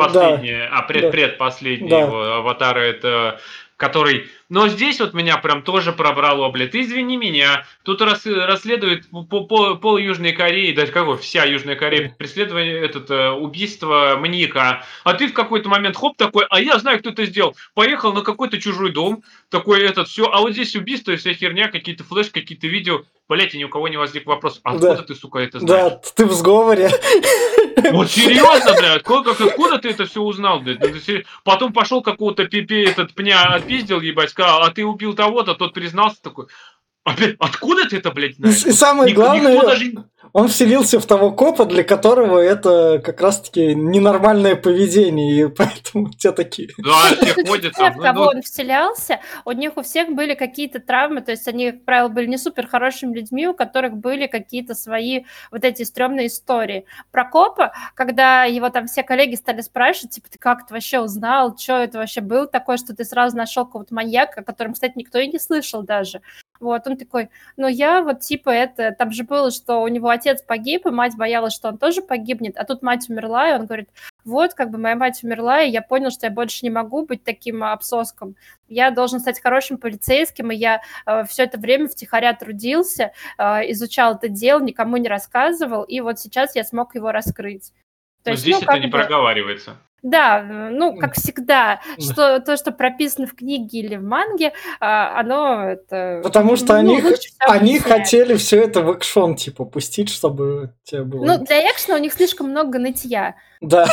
[SPEAKER 2] предпоследний его аватара, это... который... Но здесь вот меня прям тоже пробрало, блядь. Ты извини меня. Тут расследует пол Южной Кореи, даже вся Южная Корея, преследование, убийство маньяка. А ты в какой-то момент, хоп, такой, а я знаю, кто это сделал. Поехал на какой-то чужой дом, такой все, а вот здесь убийство и вся херня, какие-то флешки, какие-то видео. Блять, и ни у кого не возник вопрос, откуда ты, сука, это знаешь?
[SPEAKER 1] Да, ты в сговоре.
[SPEAKER 2] Вот серьезно, блядь, откуда ты это все узнал, блядь? Потом пошел какого-то пня отпиздил, ебать, сказал, а ты убил того-то, тот признался такой. Откуда ты это, блядь, знаешь?
[SPEAKER 1] И самое главное, он вселился в того копа, для которого это как раз-таки ненормальное поведение, и поэтому те такие...
[SPEAKER 2] Да, все ходят там.
[SPEAKER 3] В кого он вселялся, у них у всех были какие-то травмы, то есть они, как правило, были не супер хорошими людьми, у которых были какие-то свои вот эти стрёмные истории. Про копа, когда его там все коллеги стали спрашивать, типа, ты как это вообще узнал, что это вообще было такое, что ты сразу нашел какого-то маньяка, о котором, кстати, никто и не слышал даже. Вот, он такой, я вот типа это, там же было, что у него отец погиб, и мать боялась, что он тоже погибнет, а тут мать умерла, и он говорит, вот, моя мать умерла, и я понял, что я больше не могу быть таким обсоском, я должен стать хорошим полицейским, и я все это время втихаря трудился, изучал это дело, никому не рассказывал, и вот сейчас я смог его раскрыть.
[SPEAKER 2] Но здесь это не проговаривается.
[SPEAKER 3] Да, ну, как всегда, что то, что прописано в книге или в манге, оно это,
[SPEAKER 1] Потому что
[SPEAKER 3] ну,
[SPEAKER 1] они
[SPEAKER 3] лучше всё объясняет.
[SPEAKER 1] хотели все это в экшон, типа, пустить, чтобы тебе было...
[SPEAKER 3] Ну, для экшена у них слишком много нытья.
[SPEAKER 1] Да.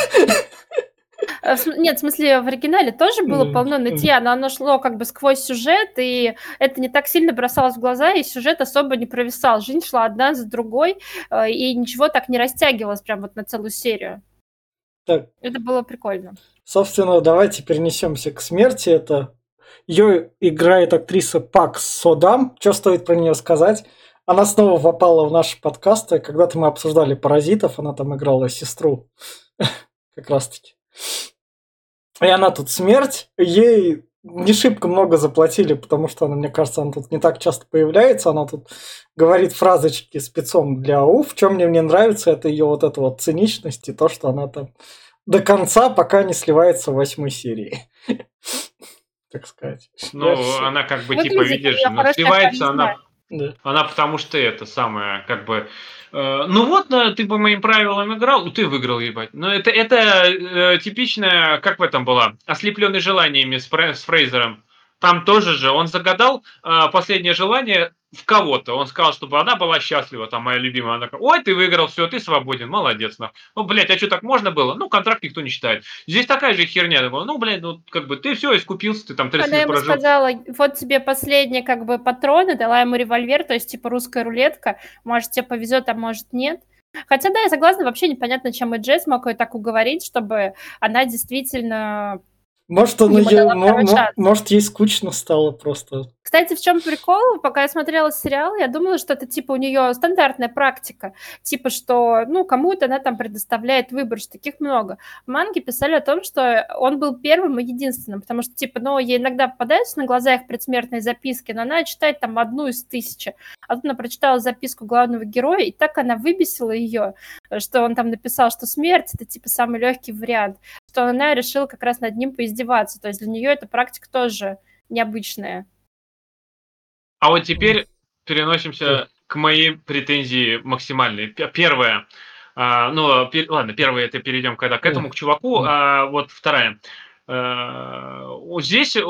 [SPEAKER 3] Нет, в смысле, в оригинале тоже было полно нытья, но оно шло как бы сквозь сюжет, и это не так сильно бросалось в глаза, и сюжет особо не провисал. Жизнь шла одна за другой, и ничего так не растягивалось прям вот на целую серию.
[SPEAKER 1] Так,
[SPEAKER 3] Это было прикольно.
[SPEAKER 1] собственно, давайте перенесемся к смерти. Это ее играет актриса Пак Содам. Что стоит про нее сказать? Она снова попала в наши подкасты. Когда-то мы обсуждали «Паразитов», она там играла сестру. Как раз-таки. И она тут смерть. Ей не шибко много заплатили, потому что она, мне кажется, она тут не так часто появляется. Она тут говорит фразочки спецом для АУФ. В чем мне нравится, это ее вот эта вот циничность и то, что она там до конца, пока не сливается в 8 серии. Так сказать.
[SPEAKER 2] Ну, она как бы, типа,
[SPEAKER 3] Выглядит у
[SPEAKER 2] видишь,
[SPEAKER 3] неё
[SPEAKER 2] ну,
[SPEAKER 3] хорошая
[SPEAKER 2] сливается
[SPEAKER 3] харизма.
[SPEAKER 1] Да.
[SPEAKER 2] она потому что это самое, как бы, ну вот, ты по моим правилам играл, ты выиграл, ебать. Но это типичная, как в этом была, «Ослепленный желаниями» с Фрейзером. Там тоже же он загадал последнее желание в кого-то. Он сказал, чтобы она была счастлива, там, моя любимая. Она такая: ой, ты выиграл, все, ты свободен, молодец. Нахуй. Ну, блядь, а что, так можно было? Ну, контракт никто не считает. Здесь такая же херня. Ну, блядь, ну, как бы, ты все, искупился, ты там 30
[SPEAKER 3] Она
[SPEAKER 2] лет
[SPEAKER 3] ему
[SPEAKER 2] прожил.
[SPEAKER 3] сказала: вот тебе последние как бы патроны, дала ему револьвер, то есть типа русская рулетка, может тебе повезет, а может нет. Хотя да, я согласна, вообще непонятно, чем и Джесс мог ее так уговорить, чтобы она действительно
[SPEAKER 1] Может, он
[SPEAKER 3] ему дала второй шанс.
[SPEAKER 1] может, ей скучно стало просто.
[SPEAKER 3] Кстати, в чем прикол? Пока я смотрела сериал, я думала, что это типа у нее стандартная практика. Типа, что, ну, кому-то она там предоставляет выбор, что таких много. В манге писали о том, что он был первым и единственным, потому что, типа, ну, ей иногда попадаются на глаза их предсмертные записки, но она читает там одну из 1000. А тут она прочитала записку главного героя, и так она выбесила ее, что он там написал, что смерть — это, типа, самый легкий вариант, что она решила как раз над ним поиздеваться. То есть для нее эта практика тоже необычная.
[SPEAKER 2] А вот теперь переносимся к моей претензии максимальной. Первая. Ладно, первая это перейдем когда к этому, к чуваку. Вот вторая. Здесь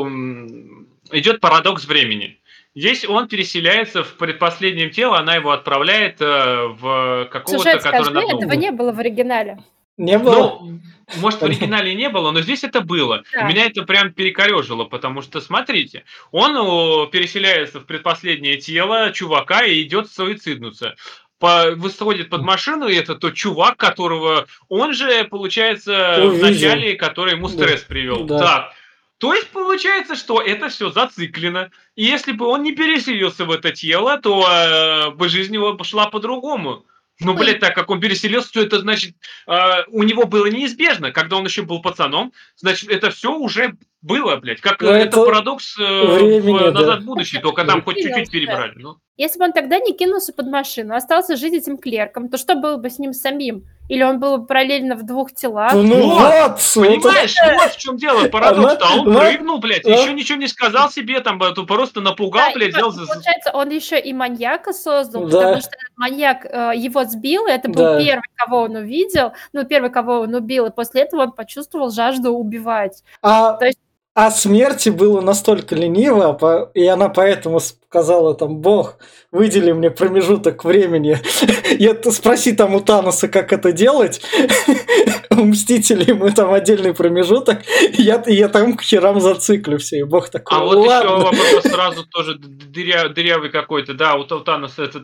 [SPEAKER 2] идет парадокс времени. Здесь он переселяется в предпоследнем тело, она его отправляет в какого-то,
[SPEAKER 3] Сюжет,
[SPEAKER 2] который
[SPEAKER 3] скажи,
[SPEAKER 2] на дно.
[SPEAKER 3] этого не было в оригинале.
[SPEAKER 1] Не было?
[SPEAKER 2] Ну, может, в оригинале не было, но здесь это было.
[SPEAKER 3] Да.
[SPEAKER 2] И меня это прям перекорежило, потому что, смотрите, он переселяется в предпоследнее тело чувака и идет суициднуться. Выходит под машину, и это тот чувак, которого он же, получается,
[SPEAKER 1] Увидел.
[SPEAKER 2] в начале, который ему стресс привел.
[SPEAKER 1] Да.
[SPEAKER 2] Так. То есть получается, что это все зациклено. И если бы он не переселился в это тело, то бы жизнь его пошла по-другому. Ну, блядь, так как он переселился, то это значит, у него было неизбежно. Когда он еще был пацаном, значит, это все уже было, блядь. Как
[SPEAKER 1] Ну,
[SPEAKER 2] это
[SPEAKER 1] это
[SPEAKER 2] парадокс
[SPEAKER 1] времени,
[SPEAKER 2] в «Назад
[SPEAKER 1] да.
[SPEAKER 2] в будущее», только там хоть
[SPEAKER 3] Кинулся.
[SPEAKER 2] чуть-чуть перебрали. Ну.
[SPEAKER 3] Если бы он тогда не кинулся под машину, остался жить этим клерком, то что было бы с ним самим? Или он был бы параллельно в двух телах?
[SPEAKER 1] Ну вот,
[SPEAKER 2] Понимаешь, вот в чем дело, парадокс-то. А он прыгнул, блядь, еще ничего не сказал себе, там, просто напугал, блядь, взял за...
[SPEAKER 3] Получается, он еще и маньяка создал,
[SPEAKER 1] Да.
[SPEAKER 3] потому что этот маньяк его сбил, и это был
[SPEAKER 1] Да.
[SPEAKER 3] первый, кого он увидел, ну, первый, кого он убил, и после этого он почувствовал жажду убивать. То есть
[SPEAKER 1] А смерти было настолько лениво, и она поэтому сказала там: Бог, выдели мне промежуток времени. Спроси там у Таноса, как это делать. У Мстителей мы там отдельный промежуток. Я там к херам зациклю все. И Бог такой:
[SPEAKER 2] А вот еще
[SPEAKER 1] ладно.
[SPEAKER 2] вопрос сразу тоже дырявый какой-то. Да, у Таноса этот...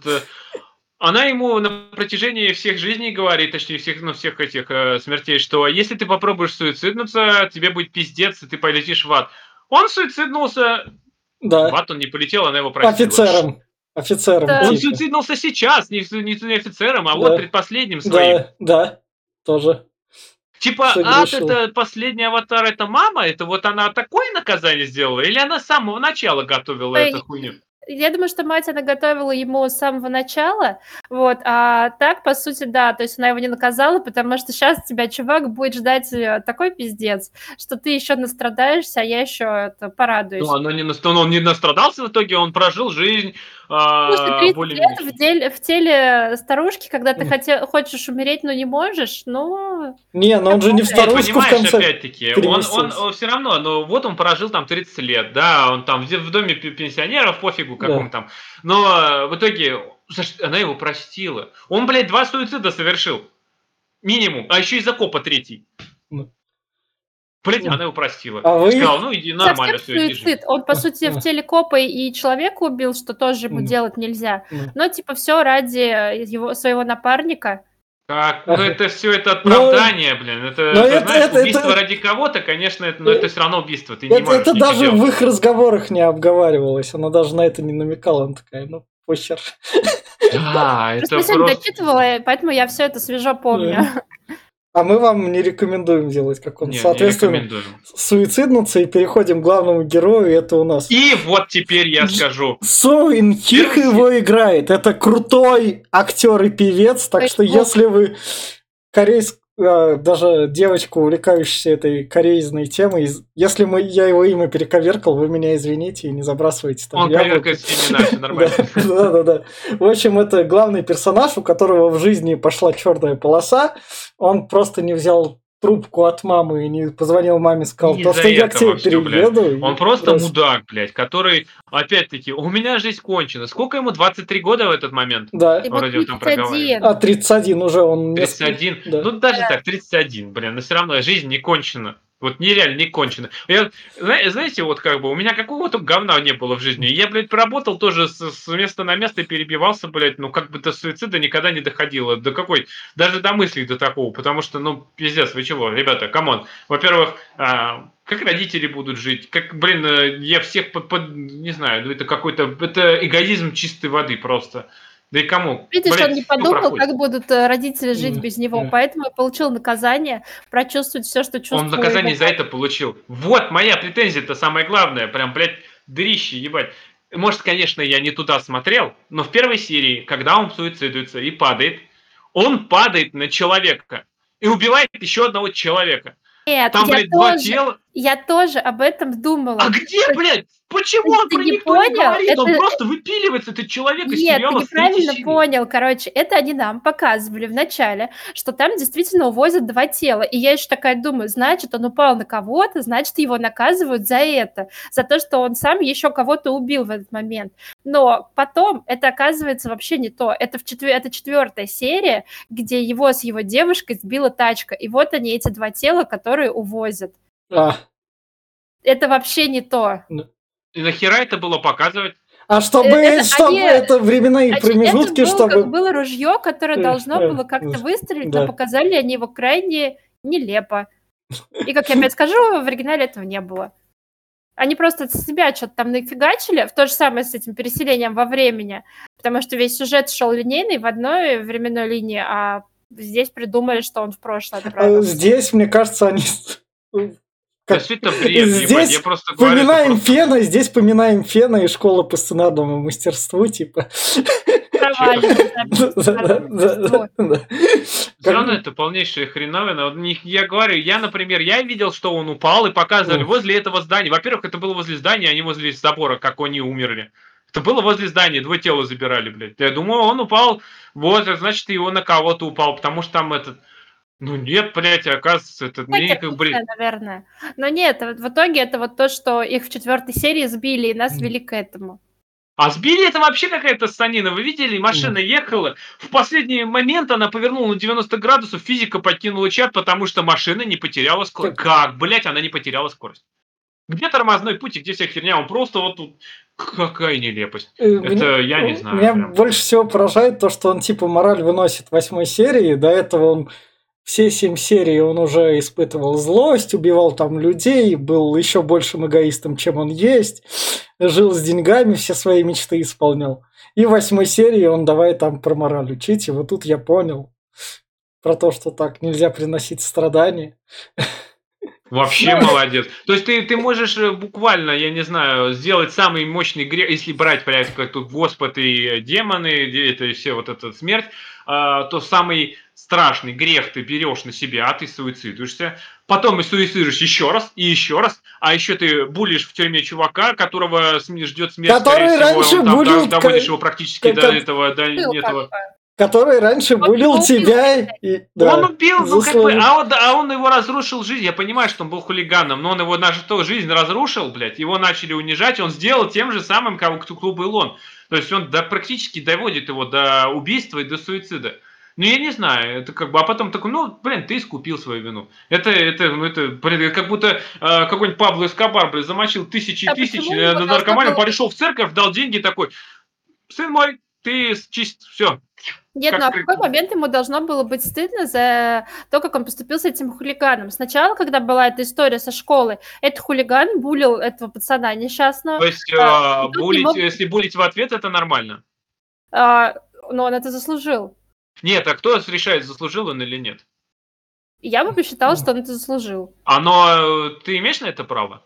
[SPEAKER 2] Она ему на протяжении всех жизней говорит, точнее, всех этих смертей, что если ты попробуешь суициднуться, тебе будет пиздец, и ты полетишь в ад. Он суициднулся,
[SPEAKER 1] Да.
[SPEAKER 2] в ад он не полетел, она его простила.
[SPEAKER 1] Офицером.
[SPEAKER 3] Да.
[SPEAKER 2] Он
[SPEAKER 1] типа.
[SPEAKER 2] суициднулся сейчас, не офицером, а вот предпоследним своим.
[SPEAKER 1] Да, тоже.
[SPEAKER 2] Типа,
[SPEAKER 1] Согрешил.
[SPEAKER 2] это последний аватар, это мама? Это вот она такое наказание сделала? Или она с самого начала готовила эту хуйню?
[SPEAKER 3] Я думаю, что мать, она готовила ему с самого начала, вот, а так, по сути, да, то есть она его не наказала, потому что сейчас тебя чувак будет ждать такой пиздец, что ты еще настрадаешься, а я еще порадуюсь.
[SPEAKER 2] Он не настрадался в итоге, он прожил жизнь
[SPEAKER 3] Слушай, 30
[SPEAKER 2] более-менее.
[SPEAKER 3] лет в теле старушки, когда ты хочешь умереть, но не можешь, ну...
[SPEAKER 1] Не, но он же не в
[SPEAKER 2] Нет,
[SPEAKER 1] старушку в
[SPEAKER 2] понимаешь,
[SPEAKER 1] конце
[SPEAKER 2] опять-таки, он
[SPEAKER 1] переместился.
[SPEAKER 2] все равно, ну вот он прожил там 30 лет, да, он там в доме пенсионеров, пофигу каком
[SPEAKER 1] Да.
[SPEAKER 2] там, но в итоге она его простила. Он, блядь, 2 суицида совершил, минимум, а еще и закопа 3.
[SPEAKER 1] Ну.
[SPEAKER 2] Блядь, она его простила.
[SPEAKER 1] А
[SPEAKER 2] И
[SPEAKER 1] вы
[SPEAKER 2] сказала,
[SPEAKER 1] их...
[SPEAKER 2] ну иди,
[SPEAKER 3] Совсем
[SPEAKER 2] нормально, все, иди жить.
[SPEAKER 3] суицид. Он, по сути, в теле копа и человека убил, что тоже ему делать нельзя. Но, типа, все ради своего напарника.
[SPEAKER 2] Как? Ну это все это
[SPEAKER 1] Но-
[SPEAKER 2] оправдание, блин.
[SPEAKER 1] но
[SPEAKER 2] Это, знаешь,
[SPEAKER 1] это-
[SPEAKER 2] убийство
[SPEAKER 1] это-
[SPEAKER 2] ради кого-то, конечно, но это все равно убийство. Ты не можешь
[SPEAKER 1] Это
[SPEAKER 2] ничего
[SPEAKER 1] даже
[SPEAKER 2] делать.
[SPEAKER 1] в их разговорах не обговаривалось. Она даже на это не намекала. Она такая, ну, похер.
[SPEAKER 2] Да, это
[SPEAKER 3] Просто я сегодня
[SPEAKER 2] просто...
[SPEAKER 3] дочитывала, поэтому я все это свежо помню.
[SPEAKER 1] А мы вам не рекомендуем делать, как он.
[SPEAKER 2] Не
[SPEAKER 1] Соответственно,
[SPEAKER 2] рекомендую.
[SPEAKER 1] суициднуться и переходим к главному герою. Это у нас
[SPEAKER 2] И вот теперь я скажу.
[SPEAKER 1] Со Ин Хих его играет. Это крутой актер и певец. Так что если вы даже девочку, увлекающуюся этой корейной темой, если я его имя перековеркал, вы меня извините и не забрасывайте там
[SPEAKER 2] Он коверкает семена, все нормально.
[SPEAKER 1] Да. В общем, это главный персонаж, у которого в жизни пошла черная полоса. Он просто не взял трубку от мамы и не позвонил маме, сказал, то, что я к тебе перееду.
[SPEAKER 2] Он просто мудак, блядь, который, опять-таки, у меня жизнь кончена. Сколько ему? 23 года в этот момент?
[SPEAKER 1] Да.
[SPEAKER 2] Вроде он там проговаривает.
[SPEAKER 1] 31 уже он.
[SPEAKER 2] 31? Ну, даже так, 31, блин, но все равно жизнь не кончена. Вот нереально не кончено. Знаете, вот как бы у меня какого-то говна не было в жизни. Я, блядь, поработал тоже с места на место и перебивался, блядь, ну как бы до суицида никогда не доходило. До какой? Даже до мыслей до такого. Потому что, ну, пиздец, вы чего, ребята, камон. Во-первых, как родители будут жить? Как, блин, я всех не знаю, это какой-то, это эгоизм чистой воды просто. Да и кому?
[SPEAKER 3] Видишь,
[SPEAKER 2] блядь,
[SPEAKER 3] он не
[SPEAKER 2] всё
[SPEAKER 3] подумал,
[SPEAKER 2] проходит.
[SPEAKER 3] как будут родители жить без него, поэтому получил наказание прочувствовать все, что чувствовал.
[SPEAKER 2] Он наказание за это получил. Вот моя претензия-то самое главное. Прям, блядь, дырище, ебать. Может, конечно, я не туда смотрел, но в первой серии, когда он суицидуется и падает, он падает на человека и убивает еще одного человека.
[SPEAKER 3] Нет,
[SPEAKER 2] Там, блядь, два тела.
[SPEAKER 3] Я тоже об этом думала.
[SPEAKER 2] А где, блядь? Почему он про никто не говорит? Он просто выпиливается, этот человек из
[SPEAKER 3] Нет, ты
[SPEAKER 2] сериала с третьей
[SPEAKER 3] неправильно
[SPEAKER 2] серии.
[SPEAKER 3] понял. Короче, это они нам показывали в начале, что там действительно увозят 2 тела. И я еще такая думаю, значит, он упал на кого-то, значит, его наказывают за это. За то, что он сам еще кого-то убил в этот момент. Но потом это оказывается вообще не то. Это 4-я серия, где его с его девушкой сбила тачка. И вот они, эти 2 тела, которые увозят. Это вообще не то.
[SPEAKER 2] И нахера это было показывать?
[SPEAKER 1] А чтобы это временные промежутки,
[SPEAKER 3] это
[SPEAKER 1] чтобы...
[SPEAKER 3] было ружье, которое должно было как-то выстрелить, но показали они его крайне нелепо. И, как я опять скажу, в оригинале этого не было. Они просто от себя что-то там нафигачили, в то же самое с этим переселением во времени, потому что весь сюжет шел линейный в одной временной линии, а здесь придумали, что он в прошлое отправился.
[SPEAKER 1] Здесь, мне кажется, они...
[SPEAKER 2] Да все это бред,
[SPEAKER 1] здесь
[SPEAKER 2] я просто говорю,
[SPEAKER 1] поминаем Фена, здесь поминаем Фена и школа по сценарному мастерству, типа.
[SPEAKER 2] Все равно это полнейшая хреновина. Я говорю, например, я видел, что он упал, и показывали возле этого здания. Во-первых, это было возле здания, а не возле забора, как они умерли. Это было возле здания, 2 тела забирали, блядь. Я думаю, он упал, вот, значит, его на кого-то упал, потому что там этот... Ну нет, блядь, оказывается, это мне как бы...
[SPEAKER 3] наверное. Но нет, в итоге это вот то, что их в 4-й серии сбили, и нас вели к этому.
[SPEAKER 2] А сбили это вообще какая-то станина. Вы видели, машина ехала, в последний момент она повернула на 90 градусов, физика покинула чат, потому что машина не потеряла скорость. Как, блядь, она не потеряла скорость? Где тормозной путь и где вся херня? Он просто вот тут... Какая нелепость. Это я не знаю.
[SPEAKER 1] Меня больше всего поражает то, что он типа мораль выносит в 8-й серии. До этого он все 7 серий он уже испытывал злость, убивал там людей, был еще большим эгоистом, чем он есть, жил с деньгами, все свои мечты исполнял. И в 8-й серии он давай там про мораль учить, и вот тут я понял про то, что так нельзя приносить страдания.
[SPEAKER 2] Вообще молодец. То есть ты можешь буквально, я не знаю, сделать самый мощный грех, если брать, блядь, как тут Господ и демоны, это все вот эта смерть, то самый страшный грех ты берешь на себя, ты суицидуешься, потом и суицидируешь еще раз, а еще ты булишь в тюрьме чувака, которого ждет смерть, скорее
[SPEAKER 1] Который
[SPEAKER 2] всего,
[SPEAKER 1] раньше
[SPEAKER 2] он там
[SPEAKER 1] булил...
[SPEAKER 2] доводишь его практически до этого, до
[SPEAKER 3] Был как
[SPEAKER 2] этого.
[SPEAKER 3] бы.
[SPEAKER 1] Который раньше булил
[SPEAKER 3] убил,
[SPEAKER 1] тебя и...
[SPEAKER 2] Он
[SPEAKER 1] Да,
[SPEAKER 2] убил, ну как бы,
[SPEAKER 1] заслужил.
[SPEAKER 2] а он его разрушил жизнь. Я понимаю, что он был хулиганом, но он его даже жизнь разрушил, блядь. Его начали унижать, он сделал тем же самым, кто был он. То есть он практически доводит его до убийства и до суицида. Ну, я не знаю, это как бы, а потом такой, ну, блин, ты искупил свою вину. Блин, как будто какой-нибудь Пабло Эскобар, блин, замочил тысячи и
[SPEAKER 3] А
[SPEAKER 2] тысячи
[SPEAKER 3] почему его должно
[SPEAKER 2] наркоманов,
[SPEAKER 3] было...
[SPEAKER 2] пришел в церковь, дал деньги такой, сын мой, ты чист, все.
[SPEAKER 3] Нет, ну а в какой момент ему должно было быть стыдно за то, как он поступил с этим хулиганом? Сначала, когда была эта история со школы, этот хулиган булил этого пацана несчастного.
[SPEAKER 2] То есть,
[SPEAKER 3] и тот не мог...
[SPEAKER 2] если булить в ответ, это нормально?
[SPEAKER 3] Но он это заслужил.
[SPEAKER 2] Нет, а кто решает, заслужил он или нет?
[SPEAKER 3] Я бы посчитала, что он это заслужил.
[SPEAKER 2] Но ты имеешь на это право?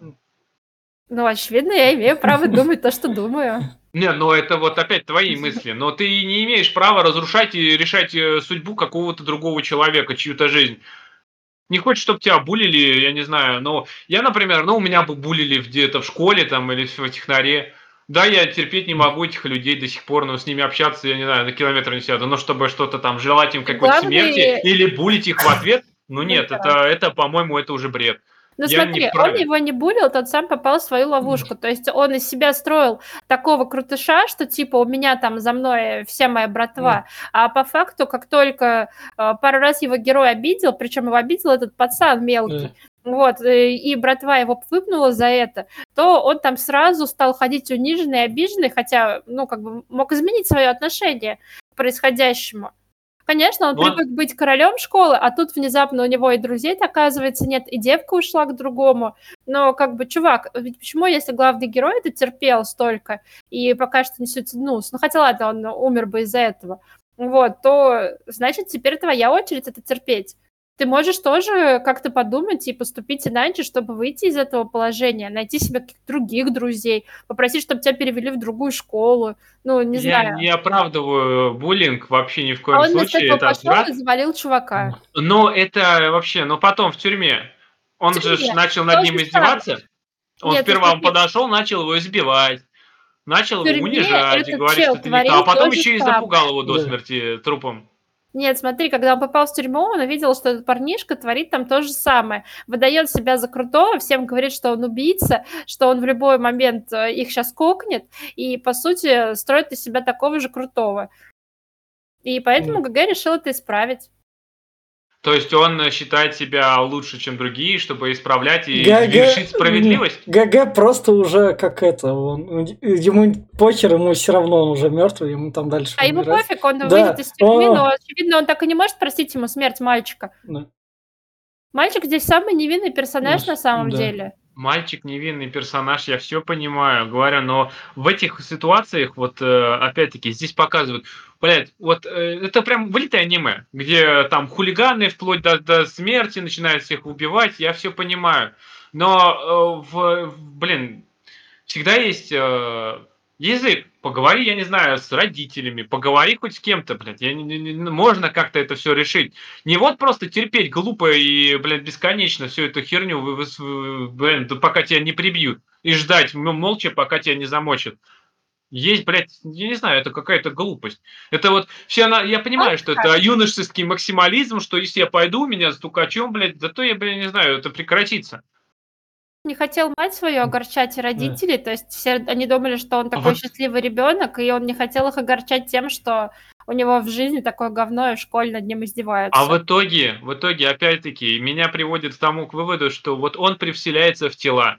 [SPEAKER 3] Ну, очевидно, я имею право думать то, что думаю.
[SPEAKER 2] Не, но это вот опять твои мысли. Но ты не имеешь права разрушать и решать судьбу какого-то другого человека, чью-то жизнь. Не хочешь, чтобы тебя булили, я не знаю. Но я, например, у меня бы булили где-то в школе там или в технаре. Да, я терпеть не могу этих людей до сих пор, но с ними общаться, я не знаю, на километр не сяду. Но чтобы что-то там желать им какой-то смерти или булить их в ответ, ну нет, это, по-моему, это уже бред.
[SPEAKER 3] Ну
[SPEAKER 2] Я не
[SPEAKER 3] смотри, он
[SPEAKER 2] вправе.
[SPEAKER 3] его не булил, тот сам попал в свою ловушку. То есть он из себя строил такого крутыша, что типа у меня там за мной вся моя братва. А по факту, как только пару раз его герой обидел, причем его обидел этот пацан мелкий, вот, и братва его выпнула за это, то он там сразу стал ходить униженный, обиженный, хотя, ну, как бы мог изменить свое отношение к происходящему. Конечно, он привык быть королем школы, а тут внезапно у него и друзей-то, оказывается, нет, и девка ушла к другому. Но как бы, чувак, ведь почему, если главный герой это терпел столько и пока что не суициднулся, ну хотя ладно, он умер бы из-за этого, вот, то значит теперь твоя очередь это терпеть. Ты можешь тоже как-то подумать и поступить иначе, чтобы выйти из этого положения, найти себе каких-то других друзей, попросить, чтобы тебя перевели в другую школу, ну, не
[SPEAKER 2] Я
[SPEAKER 3] знаю.
[SPEAKER 2] не оправдываю буллинг вообще ни в
[SPEAKER 3] А
[SPEAKER 2] коем
[SPEAKER 3] он вместо
[SPEAKER 2] случае,
[SPEAKER 3] этого
[SPEAKER 2] это
[SPEAKER 3] пошел и
[SPEAKER 2] отвратно.
[SPEAKER 3] завалил чувака.
[SPEAKER 2] Но это вообще, но потом в тюрьме он же
[SPEAKER 3] тюрьме.
[SPEAKER 2] начал
[SPEAKER 3] То
[SPEAKER 2] над
[SPEAKER 3] же
[SPEAKER 2] ним
[SPEAKER 3] самое.
[SPEAKER 2] издеваться. Он
[SPEAKER 3] Нет,
[SPEAKER 2] сперва
[SPEAKER 3] смотри.
[SPEAKER 2] подошел, начал его избивать, начал
[SPEAKER 3] В
[SPEAKER 2] его
[SPEAKER 3] тюрьме
[SPEAKER 2] унижать и
[SPEAKER 3] этот
[SPEAKER 2] говорить,
[SPEAKER 3] чел
[SPEAKER 2] что ты никто, а
[SPEAKER 3] творил то
[SPEAKER 2] потом
[SPEAKER 3] же
[SPEAKER 2] еще и
[SPEAKER 3] самое.
[SPEAKER 2] запугал его до
[SPEAKER 1] Да.
[SPEAKER 2] смерти трупом.
[SPEAKER 3] Нет, смотри, когда он попал в тюрьму, он увидел, что этот парнишка творит там то же самое. Выдает себя за крутого, всем говорит, что он убийца, что он в любой момент их сейчас кокнет, и, по сути, строит из себя такого же крутого. И поэтому ГГ решил это исправить.
[SPEAKER 2] То есть он считает себя лучше, чем другие, чтобы исправлять и вершить справедливость?
[SPEAKER 1] ГГ просто уже как это, ему похер, ему все равно, он уже мертвый, ему там дальше
[SPEAKER 3] А ему
[SPEAKER 1] умирать.
[SPEAKER 3] пофиг, он
[SPEAKER 1] Да.
[SPEAKER 3] выйдет из тюрьмы, но, очевидно, он так и не может простить ему смерть мальчика.
[SPEAKER 1] Да.
[SPEAKER 3] Мальчик здесь самый невинный персонаж
[SPEAKER 1] Ну,
[SPEAKER 3] на самом
[SPEAKER 1] да.
[SPEAKER 3] деле.
[SPEAKER 2] Мальчик невинный персонаж, я все понимаю, говорю, но в этих ситуациях, вот опять-таки, здесь показывают, блядь, вот это прям вылитое аниме, где там хулиганы вплоть до смерти начинают всех убивать, я все понимаю, но блин, всегда есть язык, поговори, я не знаю, с родителями, поговори хоть с кем-то, блядь, можно как-то это все решить. Не вот просто терпеть глупо и, блядь, бесконечно всю эту херню, блин, пока тебя не прибьют, и ждать молча, пока тебя не замочат. Есть, блядь, я не знаю, это какая-то глупость. Это вот я понимаю, что это юношеский максимализм, что если я пойду, меня стукачом, блядь, зато я, блядь, не знаю, это прекратится.
[SPEAKER 3] Не хотел мать свою огорчать и родителей, то есть все они думали, что он такой счастливый ребенок, и он не хотел их огорчать тем, что у него в жизни такое говно, и в школе над ним издеваются.
[SPEAKER 2] А в итоге, опять-таки, меня приводит к тому, к выводу, что вот он привселяется в тела.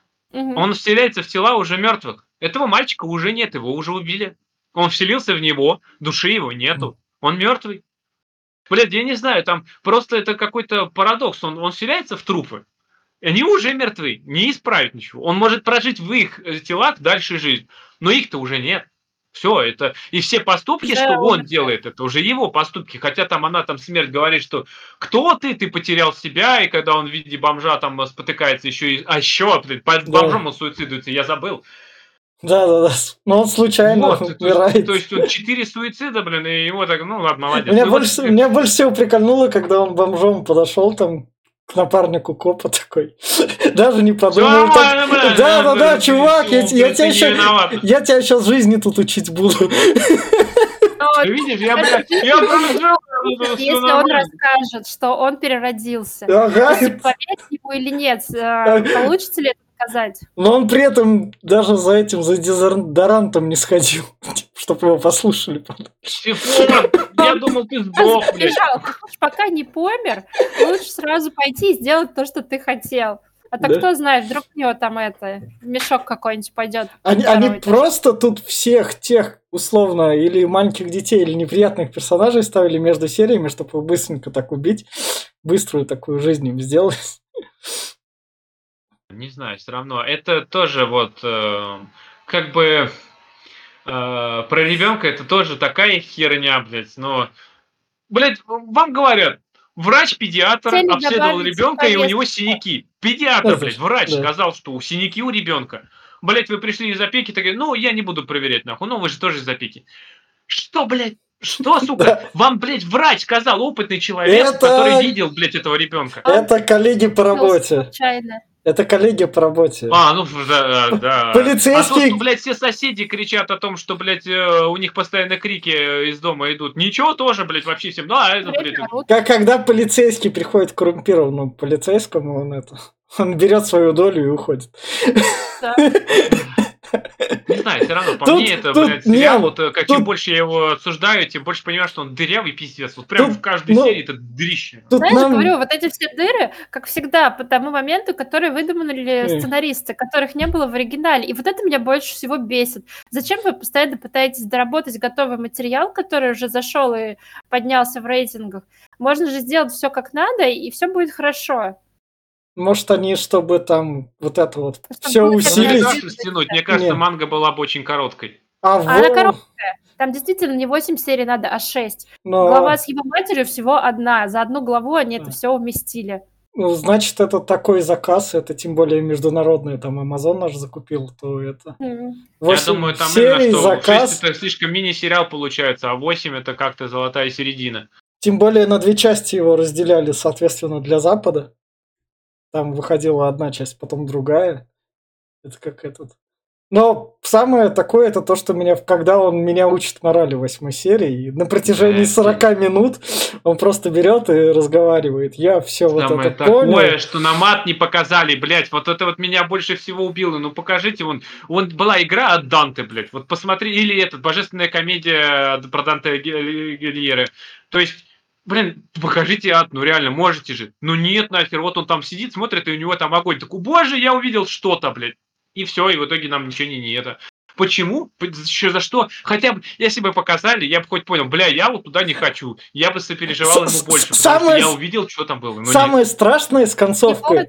[SPEAKER 2] Он вселяется в тела уже мертвых. Этого мальчика уже нет, его уже убили. Он вселился в него, души его нету. Он мертвый. Блядь, я не знаю, там просто это какой-то парадокс. Он вселяется в трупы. Они уже мертвы, не исправить ничего. Он может прожить в их телах дальше жизнь, но их-то уже нет. Все, это... И все поступки,
[SPEAKER 3] Уже
[SPEAKER 2] что он
[SPEAKER 3] умер.
[SPEAKER 2] делает, это уже его поступки. Хотя там она, там смерть говорит, что кто ты? Ты потерял себя. И когда он в виде бомжа там спотыкается еще и... А еще, блин, под
[SPEAKER 1] Да.
[SPEAKER 2] бомжом он суицидуется, я забыл.
[SPEAKER 1] Да. Но он случайно
[SPEAKER 2] Вот, то
[SPEAKER 1] умирает.
[SPEAKER 2] есть он 4 суицида, блин, и его так, ну ладно, молодец.
[SPEAKER 1] Меня
[SPEAKER 2] Ну, вот,
[SPEAKER 1] больше всего прикольнуло, когда он бомжом подошел там к напарнику копа такой. Даже не подумал.
[SPEAKER 2] Всё
[SPEAKER 1] так,
[SPEAKER 2] нормально, блин,
[SPEAKER 1] Да,
[SPEAKER 2] ты
[SPEAKER 1] чувак, я
[SPEAKER 2] всё, ты не
[SPEAKER 1] тебя
[SPEAKER 2] виноват.
[SPEAKER 1] сейчас жизни тут учить буду.
[SPEAKER 3] Но
[SPEAKER 2] Ты видишь, я прожил, всё
[SPEAKER 3] если он
[SPEAKER 2] нормально.
[SPEAKER 3] расскажет, что он переродился,
[SPEAKER 1] Ага.
[SPEAKER 3] если поверить ему или нет, получится ли это доказать?
[SPEAKER 1] Но он при этом даже за дезодорантом не сходил, чтобы его послушали.
[SPEAKER 2] Сифон, я думал, ты сдох, блядь.
[SPEAKER 3] Бежал. Пока не помер, лучше сразу пойти и сделать то, что ты хотел. А так
[SPEAKER 1] Да.
[SPEAKER 3] кто знает, вдруг у него там в мешок какой-нибудь пойдет.
[SPEAKER 1] Они просто тут всех тех, условно, или маленьких детей, или неприятных персонажей ставили между сериями, чтобы быстренько так убить, быструю такую жизнь им сделать.
[SPEAKER 2] Не знаю, все равно. Это тоже вот как бы про ребенка это тоже такая херня, блядь. Но, блядь, вам говорят, врач-педиатр
[SPEAKER 3] Хотели
[SPEAKER 2] обследовал
[SPEAKER 3] добавить
[SPEAKER 2] ребенка, и у него
[SPEAKER 3] повестку.
[SPEAKER 2] синяки. Педиатр,
[SPEAKER 1] Это
[SPEAKER 2] блядь,
[SPEAKER 1] ж,
[SPEAKER 2] врач
[SPEAKER 1] да.
[SPEAKER 2] сказал, что у синяки у ребенка. Блядь, вы пришли из опеки, такие, ну, я не буду проверять, нахуй. Ну, вы же тоже из опеки. Что, блядь? Что, сука?
[SPEAKER 1] Да.
[SPEAKER 2] Вам, блядь, врач сказал, опытный человек,
[SPEAKER 1] Это-
[SPEAKER 2] который видел, блядь, этого ребенка.
[SPEAKER 1] Это коллеги по работе.
[SPEAKER 3] Случайно.
[SPEAKER 1] Это коллеги по работе.
[SPEAKER 2] А, ну да.
[SPEAKER 1] Полицейский-
[SPEAKER 2] А то, что, блядь, все соседи кричат о том, что, блядь, у них постоянно крики из дома идут. Ничего тоже, блядь, вообще всем. Ну, а это, блядь,
[SPEAKER 3] Время орут.
[SPEAKER 1] Когда полицейский приходит к коррумпированному полицейскому, он берет свою долю и уходит.
[SPEAKER 3] Да.
[SPEAKER 2] не знаю, все равно, по
[SPEAKER 1] Тут-
[SPEAKER 2] мне это,
[SPEAKER 1] тут
[SPEAKER 2] блядь, сериал,
[SPEAKER 1] не,
[SPEAKER 2] вот чем
[SPEAKER 1] тут-
[SPEAKER 2] больше я его осуждаю, тем больше понимаю, что он дырявый пиздец. Вот прям
[SPEAKER 1] Тут,
[SPEAKER 2] в каждой
[SPEAKER 1] ну,
[SPEAKER 2] серии это дырище.
[SPEAKER 1] Тут
[SPEAKER 3] Знаешь,
[SPEAKER 1] нам-
[SPEAKER 3] говорю, вот эти все дыры, как всегда, по тому моменту, который выдумали сценаристы, которых не было в оригинале. И вот это меня больше всего бесит. Зачем вы постоянно пытаетесь доработать готовый материал, который уже зашел и поднялся в рейтингах? Можно же сделать все как надо, и все будет хорошо.
[SPEAKER 1] Может, они, чтобы там вот это вот
[SPEAKER 3] Чтобы
[SPEAKER 1] все
[SPEAKER 3] было
[SPEAKER 2] Ну, мне
[SPEAKER 1] усилить.
[SPEAKER 2] кажется, стянуть. Мне кажется,
[SPEAKER 1] Не.
[SPEAKER 2] манга была бы очень короткой.
[SPEAKER 3] Она короткая. Там действительно не 8 серий надо, а 6.
[SPEAKER 1] Но,
[SPEAKER 3] Глава с его матерью всего одна. За одну главу они это все уместили.
[SPEAKER 1] ну, значит, это такой заказ, это тем более международный, там Amazon наш закупил, то это...
[SPEAKER 3] М.
[SPEAKER 2] Я
[SPEAKER 1] 8
[SPEAKER 2] думаю, там
[SPEAKER 1] серий,
[SPEAKER 2] именно, что
[SPEAKER 1] заказ,
[SPEAKER 2] 6 это слишком мини-сериал получается, а 8 это как-то золотая середина.
[SPEAKER 1] тем более на 2 части его разделяли, соответственно, для Запада. Там выходила одна часть, потом другая. Это как этот... Но самое такое, это то, что когда он меня учит морали в 8 серии, и на протяжении 40 минут он просто берет и разговаривает. Я все вот
[SPEAKER 2] Самое
[SPEAKER 1] это понял.
[SPEAKER 2] такое, что на мат не показали, блядь, вот это вот меня больше всего убило. Ну покажите, вон была игра от Данте, блядь, вот посмотри, или этот, божественная комедия про Данте Гильере. То есть, блин, покажите ад, ну реально, можете же. Ну нет, нахер, вот он там сидит, смотрит, и у него там огонь. Такой, боже, я увидел что-то, блядь. И все, и в итоге нам ничего не это. Почему? Еще за что? Хотя бы, если бы показали, я бы хоть понял, бля, я вот туда не хочу. Я бы сопереживал ему больше, потому что я увидел, что там было.
[SPEAKER 1] Самое страшное с концовкой.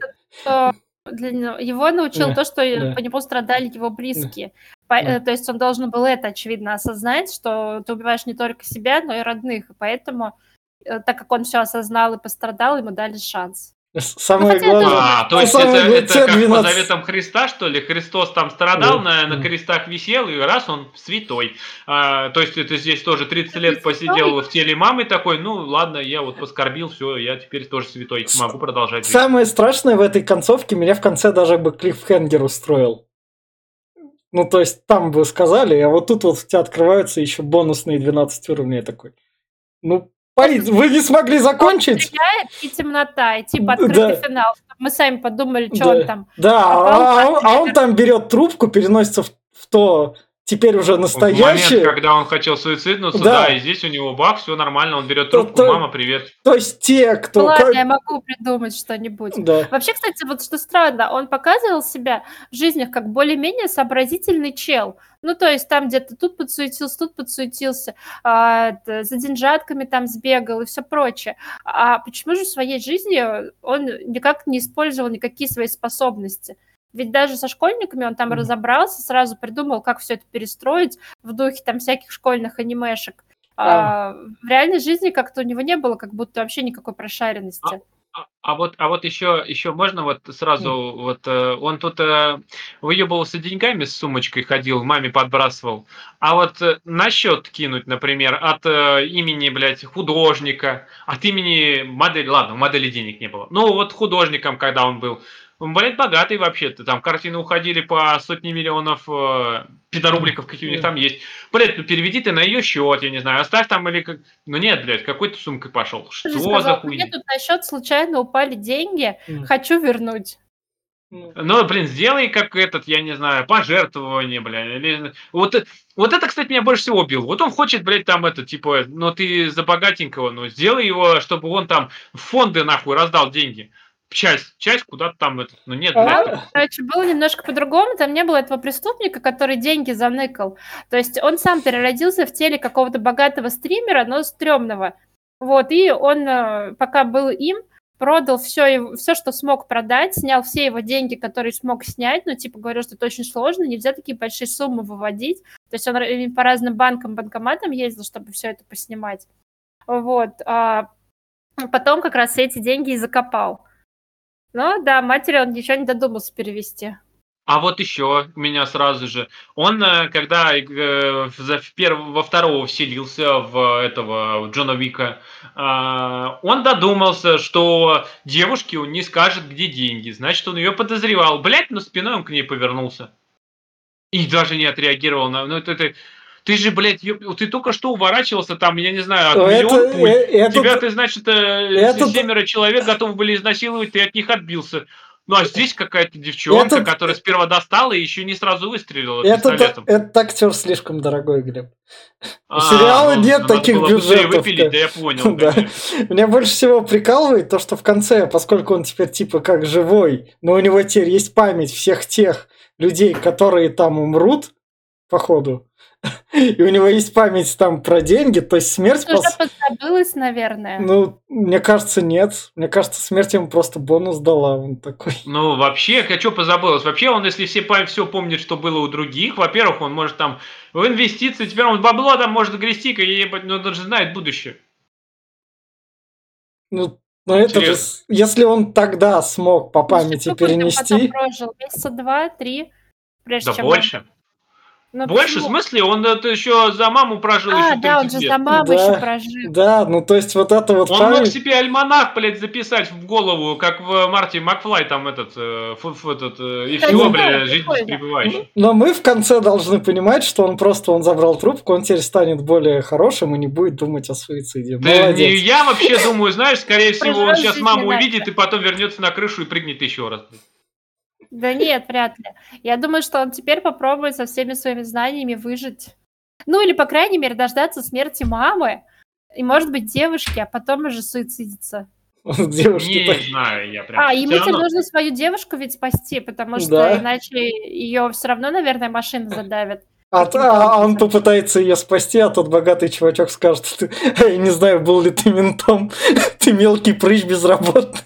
[SPEAKER 3] Его научил то, что
[SPEAKER 1] Да.
[SPEAKER 3] по нему страдали его близкие. То есть он должен был это, очевидно, осознать, что ты убиваешь не только себя, но и родных. И поэтому, так как он все осознал и пострадал, ему дали шанс.
[SPEAKER 1] Самое
[SPEAKER 3] хотя
[SPEAKER 1] главное...
[SPEAKER 2] То есть
[SPEAKER 1] самое
[SPEAKER 2] это как по
[SPEAKER 1] 12.
[SPEAKER 2] заветам Христа, что ли? Христос там страдал,
[SPEAKER 1] Да.
[SPEAKER 2] на крестах висел, и раз он святой. То есть это здесь тоже 30 лет
[SPEAKER 3] святой?
[SPEAKER 2] посидел в теле мамы такой, ну ладно, я вот поскорбил, все, я теперь тоже святой, могу продолжать жить.
[SPEAKER 1] Самое страшное в этой концовке, меня в конце даже бы клиффхенгер устроил. Ну, то есть там бы сказали, а вот тут вот у тебя открываются еще бонусные 12 уровней. Я такой, ну, вы не смогли закончить?
[SPEAKER 3] Стреляет, и темнота, и типа открытый
[SPEAKER 1] Да.
[SPEAKER 3] финал. Чтобы мы сами подумали, что
[SPEAKER 1] Да.
[SPEAKER 3] он там.
[SPEAKER 1] Да,
[SPEAKER 3] попал
[SPEAKER 1] а он там берет трубку, переносится в то теперь уже
[SPEAKER 2] В момент,
[SPEAKER 1] настоящее.
[SPEAKER 2] когда он хотел суициднуться,
[SPEAKER 1] Да.
[SPEAKER 2] да, и здесь у него бак, все нормально, он берет трубку, мама, привет.
[SPEAKER 1] То есть те, кто...
[SPEAKER 3] Ладно, я могу придумать что-нибудь.
[SPEAKER 1] Да.
[SPEAKER 3] Вообще, кстати, вот что странно, он показывал себя в жизнях как более-менее сообразительный чел. Ну, то есть там где-то тут подсуетился, за деньжатками там сбегал и все прочее. А почему же в своей жизни он никак не использовал никакие свои способности? Ведь даже со школьниками он там разобрался, сразу придумал, как все это перестроить в духе там всяких школьных анимешек. В реальной жизни как-то у него не было как будто вообще никакой прошаренности.
[SPEAKER 2] А вот еще можно вот сразу, вот он тут выебывался деньгами с сумочкой ходил, маме подбрасывал. А вот на счет кинуть, например, от имени, блядь, художника, от имени модели, ладно, у модели денег не было. Ну вот художником, когда он был. Он, блядь, богатый вообще-то. Там картины уходили по сотни миллионов пидорубликов, какие у них там есть. Блядь, ну переведи ты на ее счет, я не знаю, оставь там или как. Ну нет, блядь, какой-то сумкой пошел.
[SPEAKER 3] Ты же
[SPEAKER 2] Что
[SPEAKER 3] сказал,
[SPEAKER 2] за хуйня?
[SPEAKER 3] мне тут на счет случайно упали деньги, хочу вернуть.
[SPEAKER 2] Ну, блин, сделай как этот, я не знаю, пожертвование, бля. Или... Вот это, кстати, меня больше всего убил. Вот он хочет, блядь, там это, типа, ну ты за богатенького, ну сделай его, чтобы он там в фонды нахуй раздал деньги. Часть куда-то там это, ну нет, блядь.
[SPEAKER 3] Короче, было немножко по-другому, там не было этого преступника, который деньги заныкал. То есть он сам переродился в теле какого-то богатого стримера, но стрёмного. Вот, и он, пока был им, продал все, что смог продать, снял все его деньги, которые смог снять, ну, типа, говорил, что это очень сложно, нельзя такие большие суммы выводить. То есть он по разным банкам, банкоматам ездил, чтобы все это поснимать. Вот. А потом как раз эти деньги и закопал. Ну да, матери он ничего не додумался перевести.
[SPEAKER 2] А вот еще у меня сразу же. Он, когда во второго вселился в этого в Джона Вика, он додумался, что девушке он не скажет, где деньги. Значит, он ее подозревал. Блять, но спиной он к ней повернулся. И даже не отреагировал на... Ну, это ты же, блядь, ты только что уворачивался там, я не знаю, от миллион пуль. Тебя, ты, значит, 7 человек готовы были изнасиловать, ты от них отбился. Ну, а здесь какая-то девчонка, которая сперва достала и еще не сразу выстрелила пистолетом.
[SPEAKER 1] Этот актер слишком дорогой, Глеб. У сериала нет таких бюджетов.
[SPEAKER 2] Выпилить, да я понял.
[SPEAKER 1] Да. Меня больше всего прикалывает то, что в конце, поскольку он теперь типа как живой, но у него теперь есть память всех тех людей, которые там умрут, походу. И у него есть память там про деньги, то есть смерть...
[SPEAKER 3] Уже позабылась, наверное.
[SPEAKER 1] Ну, мне кажется, нет. Мне кажется, смерть ему просто бонус дала. Он такой...
[SPEAKER 2] Ну, вообще, что позабылось? Вообще, он, если все помнит, что было у других, во-первых, он может там в инвестиции, теперь он бабло там может грести, но он даже знает будущее.
[SPEAKER 1] Ну, это же... Если он тогда смог по памяти перенести...
[SPEAKER 3] Прожил месяца 2-3,
[SPEAKER 2] прежде чем... больше.
[SPEAKER 3] Но
[SPEAKER 2] больше,
[SPEAKER 3] почему?
[SPEAKER 2] В смысле? Он это еще за маму прожил еще 30
[SPEAKER 3] да, он же
[SPEAKER 2] лет.
[SPEAKER 3] за маму еще прожил.
[SPEAKER 1] Да, ну то есть вот это вот...
[SPEAKER 2] Он мог себе альманах, блядь, записать в голову, как в Марти Макфлай, там и все, блядь, жизнь беспребывающий.
[SPEAKER 1] Но мы в конце должны понимать, что он забрал трубку, он теперь станет более хорошим и не будет думать о суициде. Молодец.
[SPEAKER 2] Я вообще думаю, знаешь, скорее всего, он сейчас маму увидит и потом вернется на крышу и прыгнет еще раз.
[SPEAKER 3] Да нет, вряд ли. Я думаю, что он теперь попробует со всеми своими знаниями выжить. Ну, или, по крайней мере, дождаться смерти мамы и, может быть, девушки, а потом уже суицидиться.
[SPEAKER 2] Не знаю, я прям...
[SPEAKER 3] ему тебе нужно свою девушку ведь спасти, потому что иначе ее все равно, наверное, машина задавит.
[SPEAKER 1] Он попытается ее спасти, а тот богатый чувачок скажет, я не знаю, был ли ты ментом, ты мелкий прыщ безработный.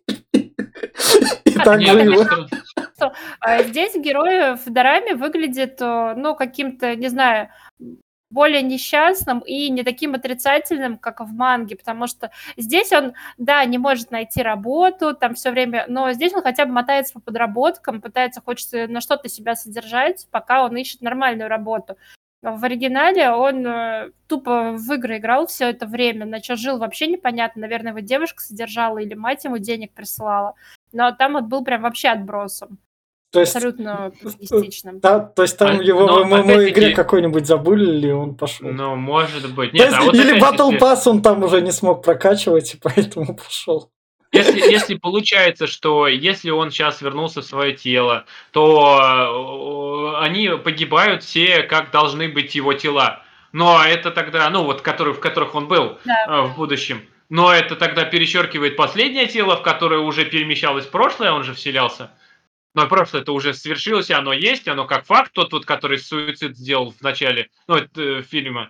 [SPEAKER 1] Так живо.
[SPEAKER 3] Здесь герой в драме выглядит, ну, каким-то, не знаю, более несчастным и не таким отрицательным, как в манге, потому что здесь он, да, не может найти работу, там все время, но здесь он хотя бы мотается по подработкам, пытается, хочется на что-то себя содержать, пока он ищет нормальную работу. В оригинале он тупо в игры играл все это время, на что жил вообще непонятно, наверное, его девушка содержала или мать ему денег присылала, но там он был прям вообще отбросом. Абсолютно пофигистичным.
[SPEAKER 1] То есть там его в ММО-игре какой-нибудь забыли, и он пошел.
[SPEAKER 2] Ну, может быть. Нет,
[SPEAKER 1] или Battle Pass он там уже не смог прокачивать, и поэтому пошел.
[SPEAKER 2] Если получается, что если он сейчас вернулся в свое тело, то они погибают все, как должны быть его тела. Но это тогда, ну вот, в которых он был в будущем. Но это тогда перечеркивает последнее тело, в которое уже перемещалось прошлое, он же вселялся. Но прошлое это уже свершилось, оно есть, оно как факт, тот, который суицид сделал в начале фильма.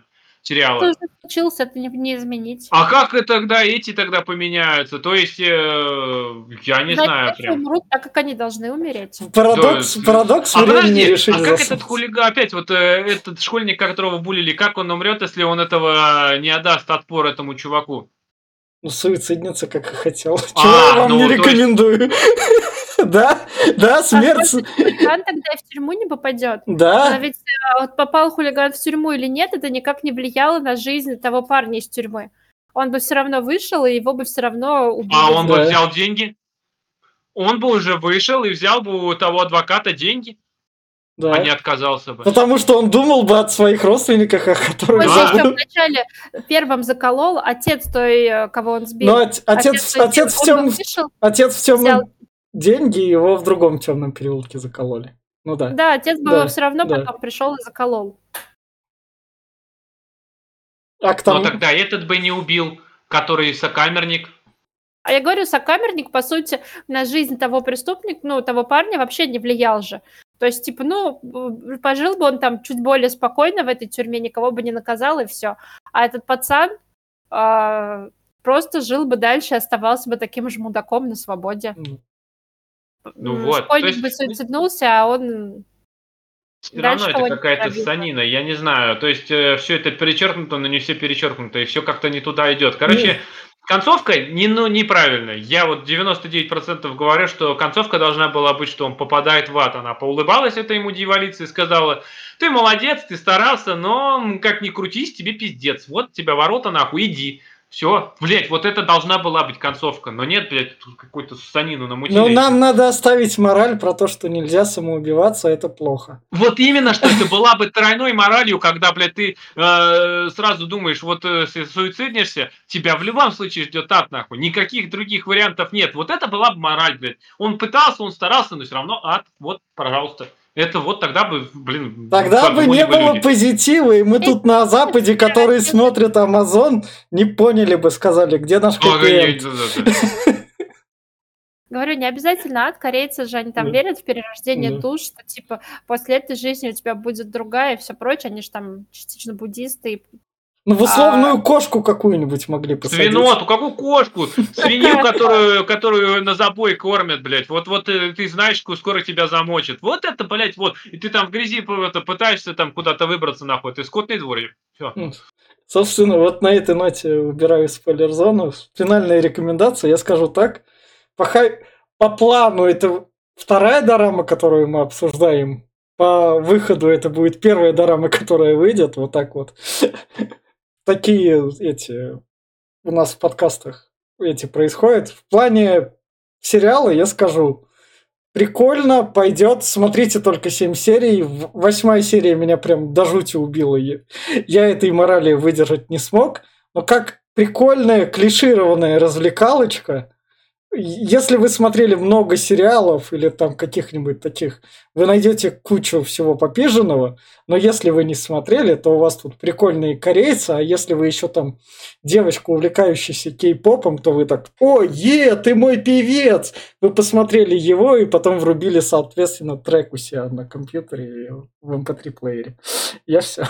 [SPEAKER 2] сериала.
[SPEAKER 3] Это уже случилось, это не изменить.
[SPEAKER 2] А как это тогда эти тогда поменяются? То есть, я не знаю
[SPEAKER 3] Опять
[SPEAKER 2] прям.
[SPEAKER 3] умрут так, как они должны умереть.
[SPEAKER 1] Парадокс
[SPEAKER 2] А
[SPEAKER 1] времени
[SPEAKER 2] подожди,
[SPEAKER 1] решили
[SPEAKER 2] а как
[SPEAKER 1] засунуть.
[SPEAKER 2] этот хулиган, опять вот этот школьник, которого булили, как он умрет, если он этого не отдаст отпор этому чуваку?
[SPEAKER 1] Ну, суицидница, как и хотел. Чего я вам не
[SPEAKER 2] то есть,
[SPEAKER 1] рекомендую. Да,
[SPEAKER 3] А
[SPEAKER 1] смерть.
[SPEAKER 3] может быть, хулиган тогда и в тюрьму не попадет? Но
[SPEAKER 1] Да,
[SPEAKER 3] ведь вот попал хулиган в тюрьму или нет, это никак не влияло на жизнь того парня из тюрьмы. Он бы все равно вышел, и его бы все равно
[SPEAKER 2] а
[SPEAKER 3] убили.
[SPEAKER 2] он бы
[SPEAKER 1] Да.
[SPEAKER 2] взял деньги? Он бы уже вышел и взял бы у того адвоката деньги, а не
[SPEAKER 1] да.
[SPEAKER 2] отказался бы.
[SPEAKER 1] Потому что он думал бы о своих родственниках, о которых
[SPEAKER 3] Он же еще
[SPEAKER 1] забыл.
[SPEAKER 3] вначале первым заколол, отец той, кого он сбил.
[SPEAKER 1] Но отец
[SPEAKER 3] той
[SPEAKER 1] в
[SPEAKER 3] девушки, он бы
[SPEAKER 1] тем,
[SPEAKER 3] вышел,
[SPEAKER 1] отец в
[SPEAKER 3] взял.
[SPEAKER 1] темном деньги, его в другом темном переулке закололи. Ну да.
[SPEAKER 3] Да, отец бы его
[SPEAKER 1] Да,
[SPEAKER 3] все равно
[SPEAKER 1] да.
[SPEAKER 3] потом пришел и заколол.
[SPEAKER 1] А к
[SPEAKER 2] Но
[SPEAKER 1] тому...
[SPEAKER 2] тогда этот бы не убил, который сокамерник.
[SPEAKER 3] А я говорю, сокамерник, по сути, на жизнь того преступника, ну, того парня вообще не влиял же. То есть, типа, ну, пожил бы он там чуть более спокойно в этой тюрьме, никого бы не наказал, и все. А этот пацан просто жил бы дальше, оставался бы таким же мудаком на свободе.
[SPEAKER 2] Ну вот, то
[SPEAKER 3] Школьник
[SPEAKER 2] есть
[SPEAKER 3] бы суициднулся, а он
[SPEAKER 2] все равно
[SPEAKER 3] дальше
[SPEAKER 2] это
[SPEAKER 3] кого-нибудь
[SPEAKER 2] какая-то
[SPEAKER 3] пробил бы.
[SPEAKER 2] ссанина, я не знаю. То есть все это перечеркнуто, но не все перечеркнуто, и все как-то не туда идет. Короче, концовка неправильная. Я вот 99% говорю, что концовка должна была быть, что он попадает в ад. Она поулыбалась этой ему дьяволице и сказала: ты молодец, ты старался, но как ни крутись, тебе пиздец. Вот тебя ворота нахуй, иди. Все, блять, вот это должна была быть концовка. Но нет, блядь, тут какую-то ссанину намутили.
[SPEAKER 1] Ну, нам надо оставить мораль про то, что нельзя самоубиваться, это плохо.
[SPEAKER 2] Вот именно, что это была бы тройной моралью, когда, блядь, ты сразу думаешь, вот если суициднишься, тебя в любом случае ждет ад, нахуй. Никаких других вариантов нет. Вот это была бы мораль, блядь. Он пытался, он старался, но все равно ад. Вот, пожалуйста. Это вот тогда бы, блин...
[SPEAKER 1] Тогда бы не было позитива, и мы тут на Западе, которые смотрят Амазон, не поняли бы, сказали, где наш хэппи-энд.
[SPEAKER 3] Говорю, не обязательно ад, корейцы же, они там верят в перерождение душ, что типа после этой жизни у тебя будет другая и все прочее, они же там частично буддисты.
[SPEAKER 1] Ну, в условную кошку какую-нибудь могли посадить.
[SPEAKER 2] Свиноту, какую кошку? Свинью, которую на забой кормят, блядь. Вот ты знаешь, скоро тебя замочат. Вот это, блядь, вот. И ты там в грязи пытаешься там куда-то выбраться, нахуй. Ты скотный дворик. Все.
[SPEAKER 1] Собственно, вот на этой ноте убираю спойлер-зону. Финальные рекомендации, я скажу так. По плану это вторая дорама, которую мы обсуждаем. По выходу это будет первая дорама, которая выйдет. Вот так вот. Такие у нас в подкастах происходят. В плане сериала я скажу. Прикольно, пойдет. Смотрите только 7 серий. 8 серия меня прям до жути убила. Я этой морали выдержать не смог. Но как прикольная, клишированная развлекалочка. Если вы смотрели много сериалов или там каких-нибудь таких, вы найдете кучу всего попиженного, но если вы не смотрели, то у вас тут прикольные корейцы, а если вы еще там девочка, увлекающаяся кей-попом, то вы так: о, ты мой певец! Вы посмотрели его и потом врубили, соответственно, трек у себя на компьютере и в MP3-плеере. Я все.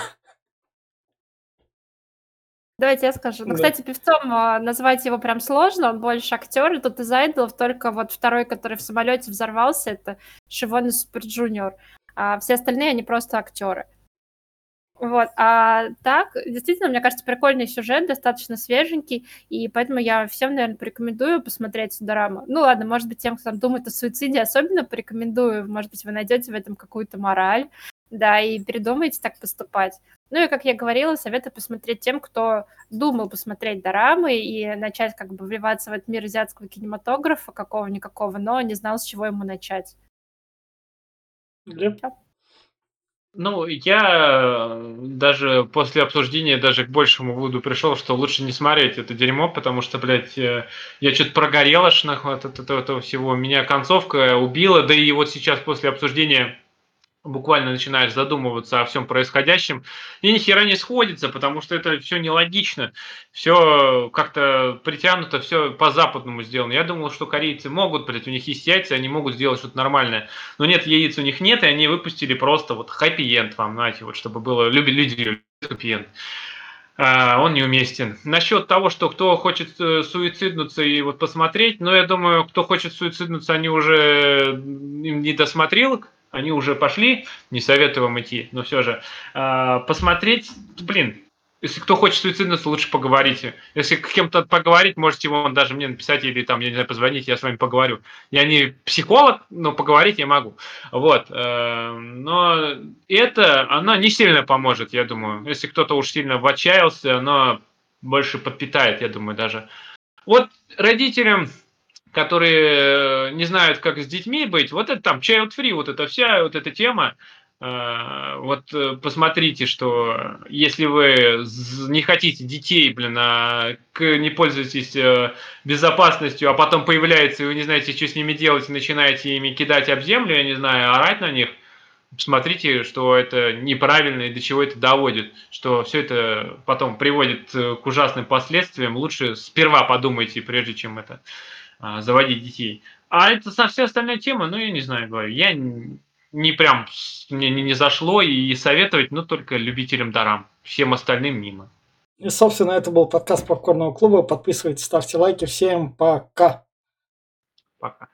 [SPEAKER 3] Давайте я скажу. Ну, кстати, певцом назвать его прям сложно, он больше актер, и тут из айдолов только вот второй, который в самолете взорвался, это Шивон из Супер Джуниор. А все остальные, они просто актеры. Вот, а так, действительно, мне кажется, прикольный сюжет, достаточно свеженький, и поэтому я всем, наверное, порекомендую посмотреть дораму. Ну ладно, может быть, тем, кто там думает о суициде, особенно порекомендую, может быть, вы найдете в этом какую-то мораль, да, и передумаете так поступать. Ну и, как я говорила, советую посмотреть тем, кто думал посмотреть дорамы и начать как бы вливаться в этот мир азиатского кинематографа, какого-никакого, но не знал, с чего ему начать.
[SPEAKER 2] Ну, я даже после обсуждения даже к большему выводу пришел, что лучше не смотреть это дерьмо, потому что, блядь, я что-то прогорел аж от этого всего. Меня концовка убила, да и вот сейчас после обсуждения буквально начинаешь задумываться о всем происходящем, и ни хера не сходится, потому что это все нелогично, все как-то притянуто, все по-западному сделано. Я думал, что корейцы могут, блядь, у них есть яйца, они могут сделать что-то нормальное, но нет, яиц у них нет, и они выпустили просто вот хэппи-энд вам, знаете, вот чтобы было, люди хэппи-энд. он неуместен. Насчет того, что кто хочет суициднуться и вот посмотреть, но я думаю, кто хочет суициднуться, они уже им не до смотрелок, они уже пошли, не советую вам идти, но все же посмотреть, блин, если кто хочет суициднуться, лучше поговорите. Если с кем-то поговорить, можете вон даже мне написать или там, я не знаю, позвонить, я с вами поговорю. Я не психолог, но поговорить я могу. Вот. Но это, она не сильно поможет, я думаю. Если кто-то уж сильно в отчаялся, она больше подпитает, я думаю, даже. Вот родителям, которые не знают, как с детьми быть, вот это там child-free, вот эта вся вот эта тема, вот посмотрите, что если вы не хотите детей, блин, не пользуетесь безопасностью, а потом появляется, и вы не знаете, что с ними делать, и начинаете ими кидать об землю, я не знаю, орать на них, смотрите, что это неправильно и до чего это доводит, что все это потом приводит к ужасным последствиям. Лучше сперва подумайте, прежде чем это заводить детей. А это со всей остальной темы, ну, я не знаю, говорю, я не прям, мне не зашло и советовать, ну, только любителям дарам. Всем остальным мимо.
[SPEAKER 1] И, собственно, это был подкаст Попкорного клуба. Подписывайтесь, ставьте лайки. Всем пока.
[SPEAKER 2] Пока.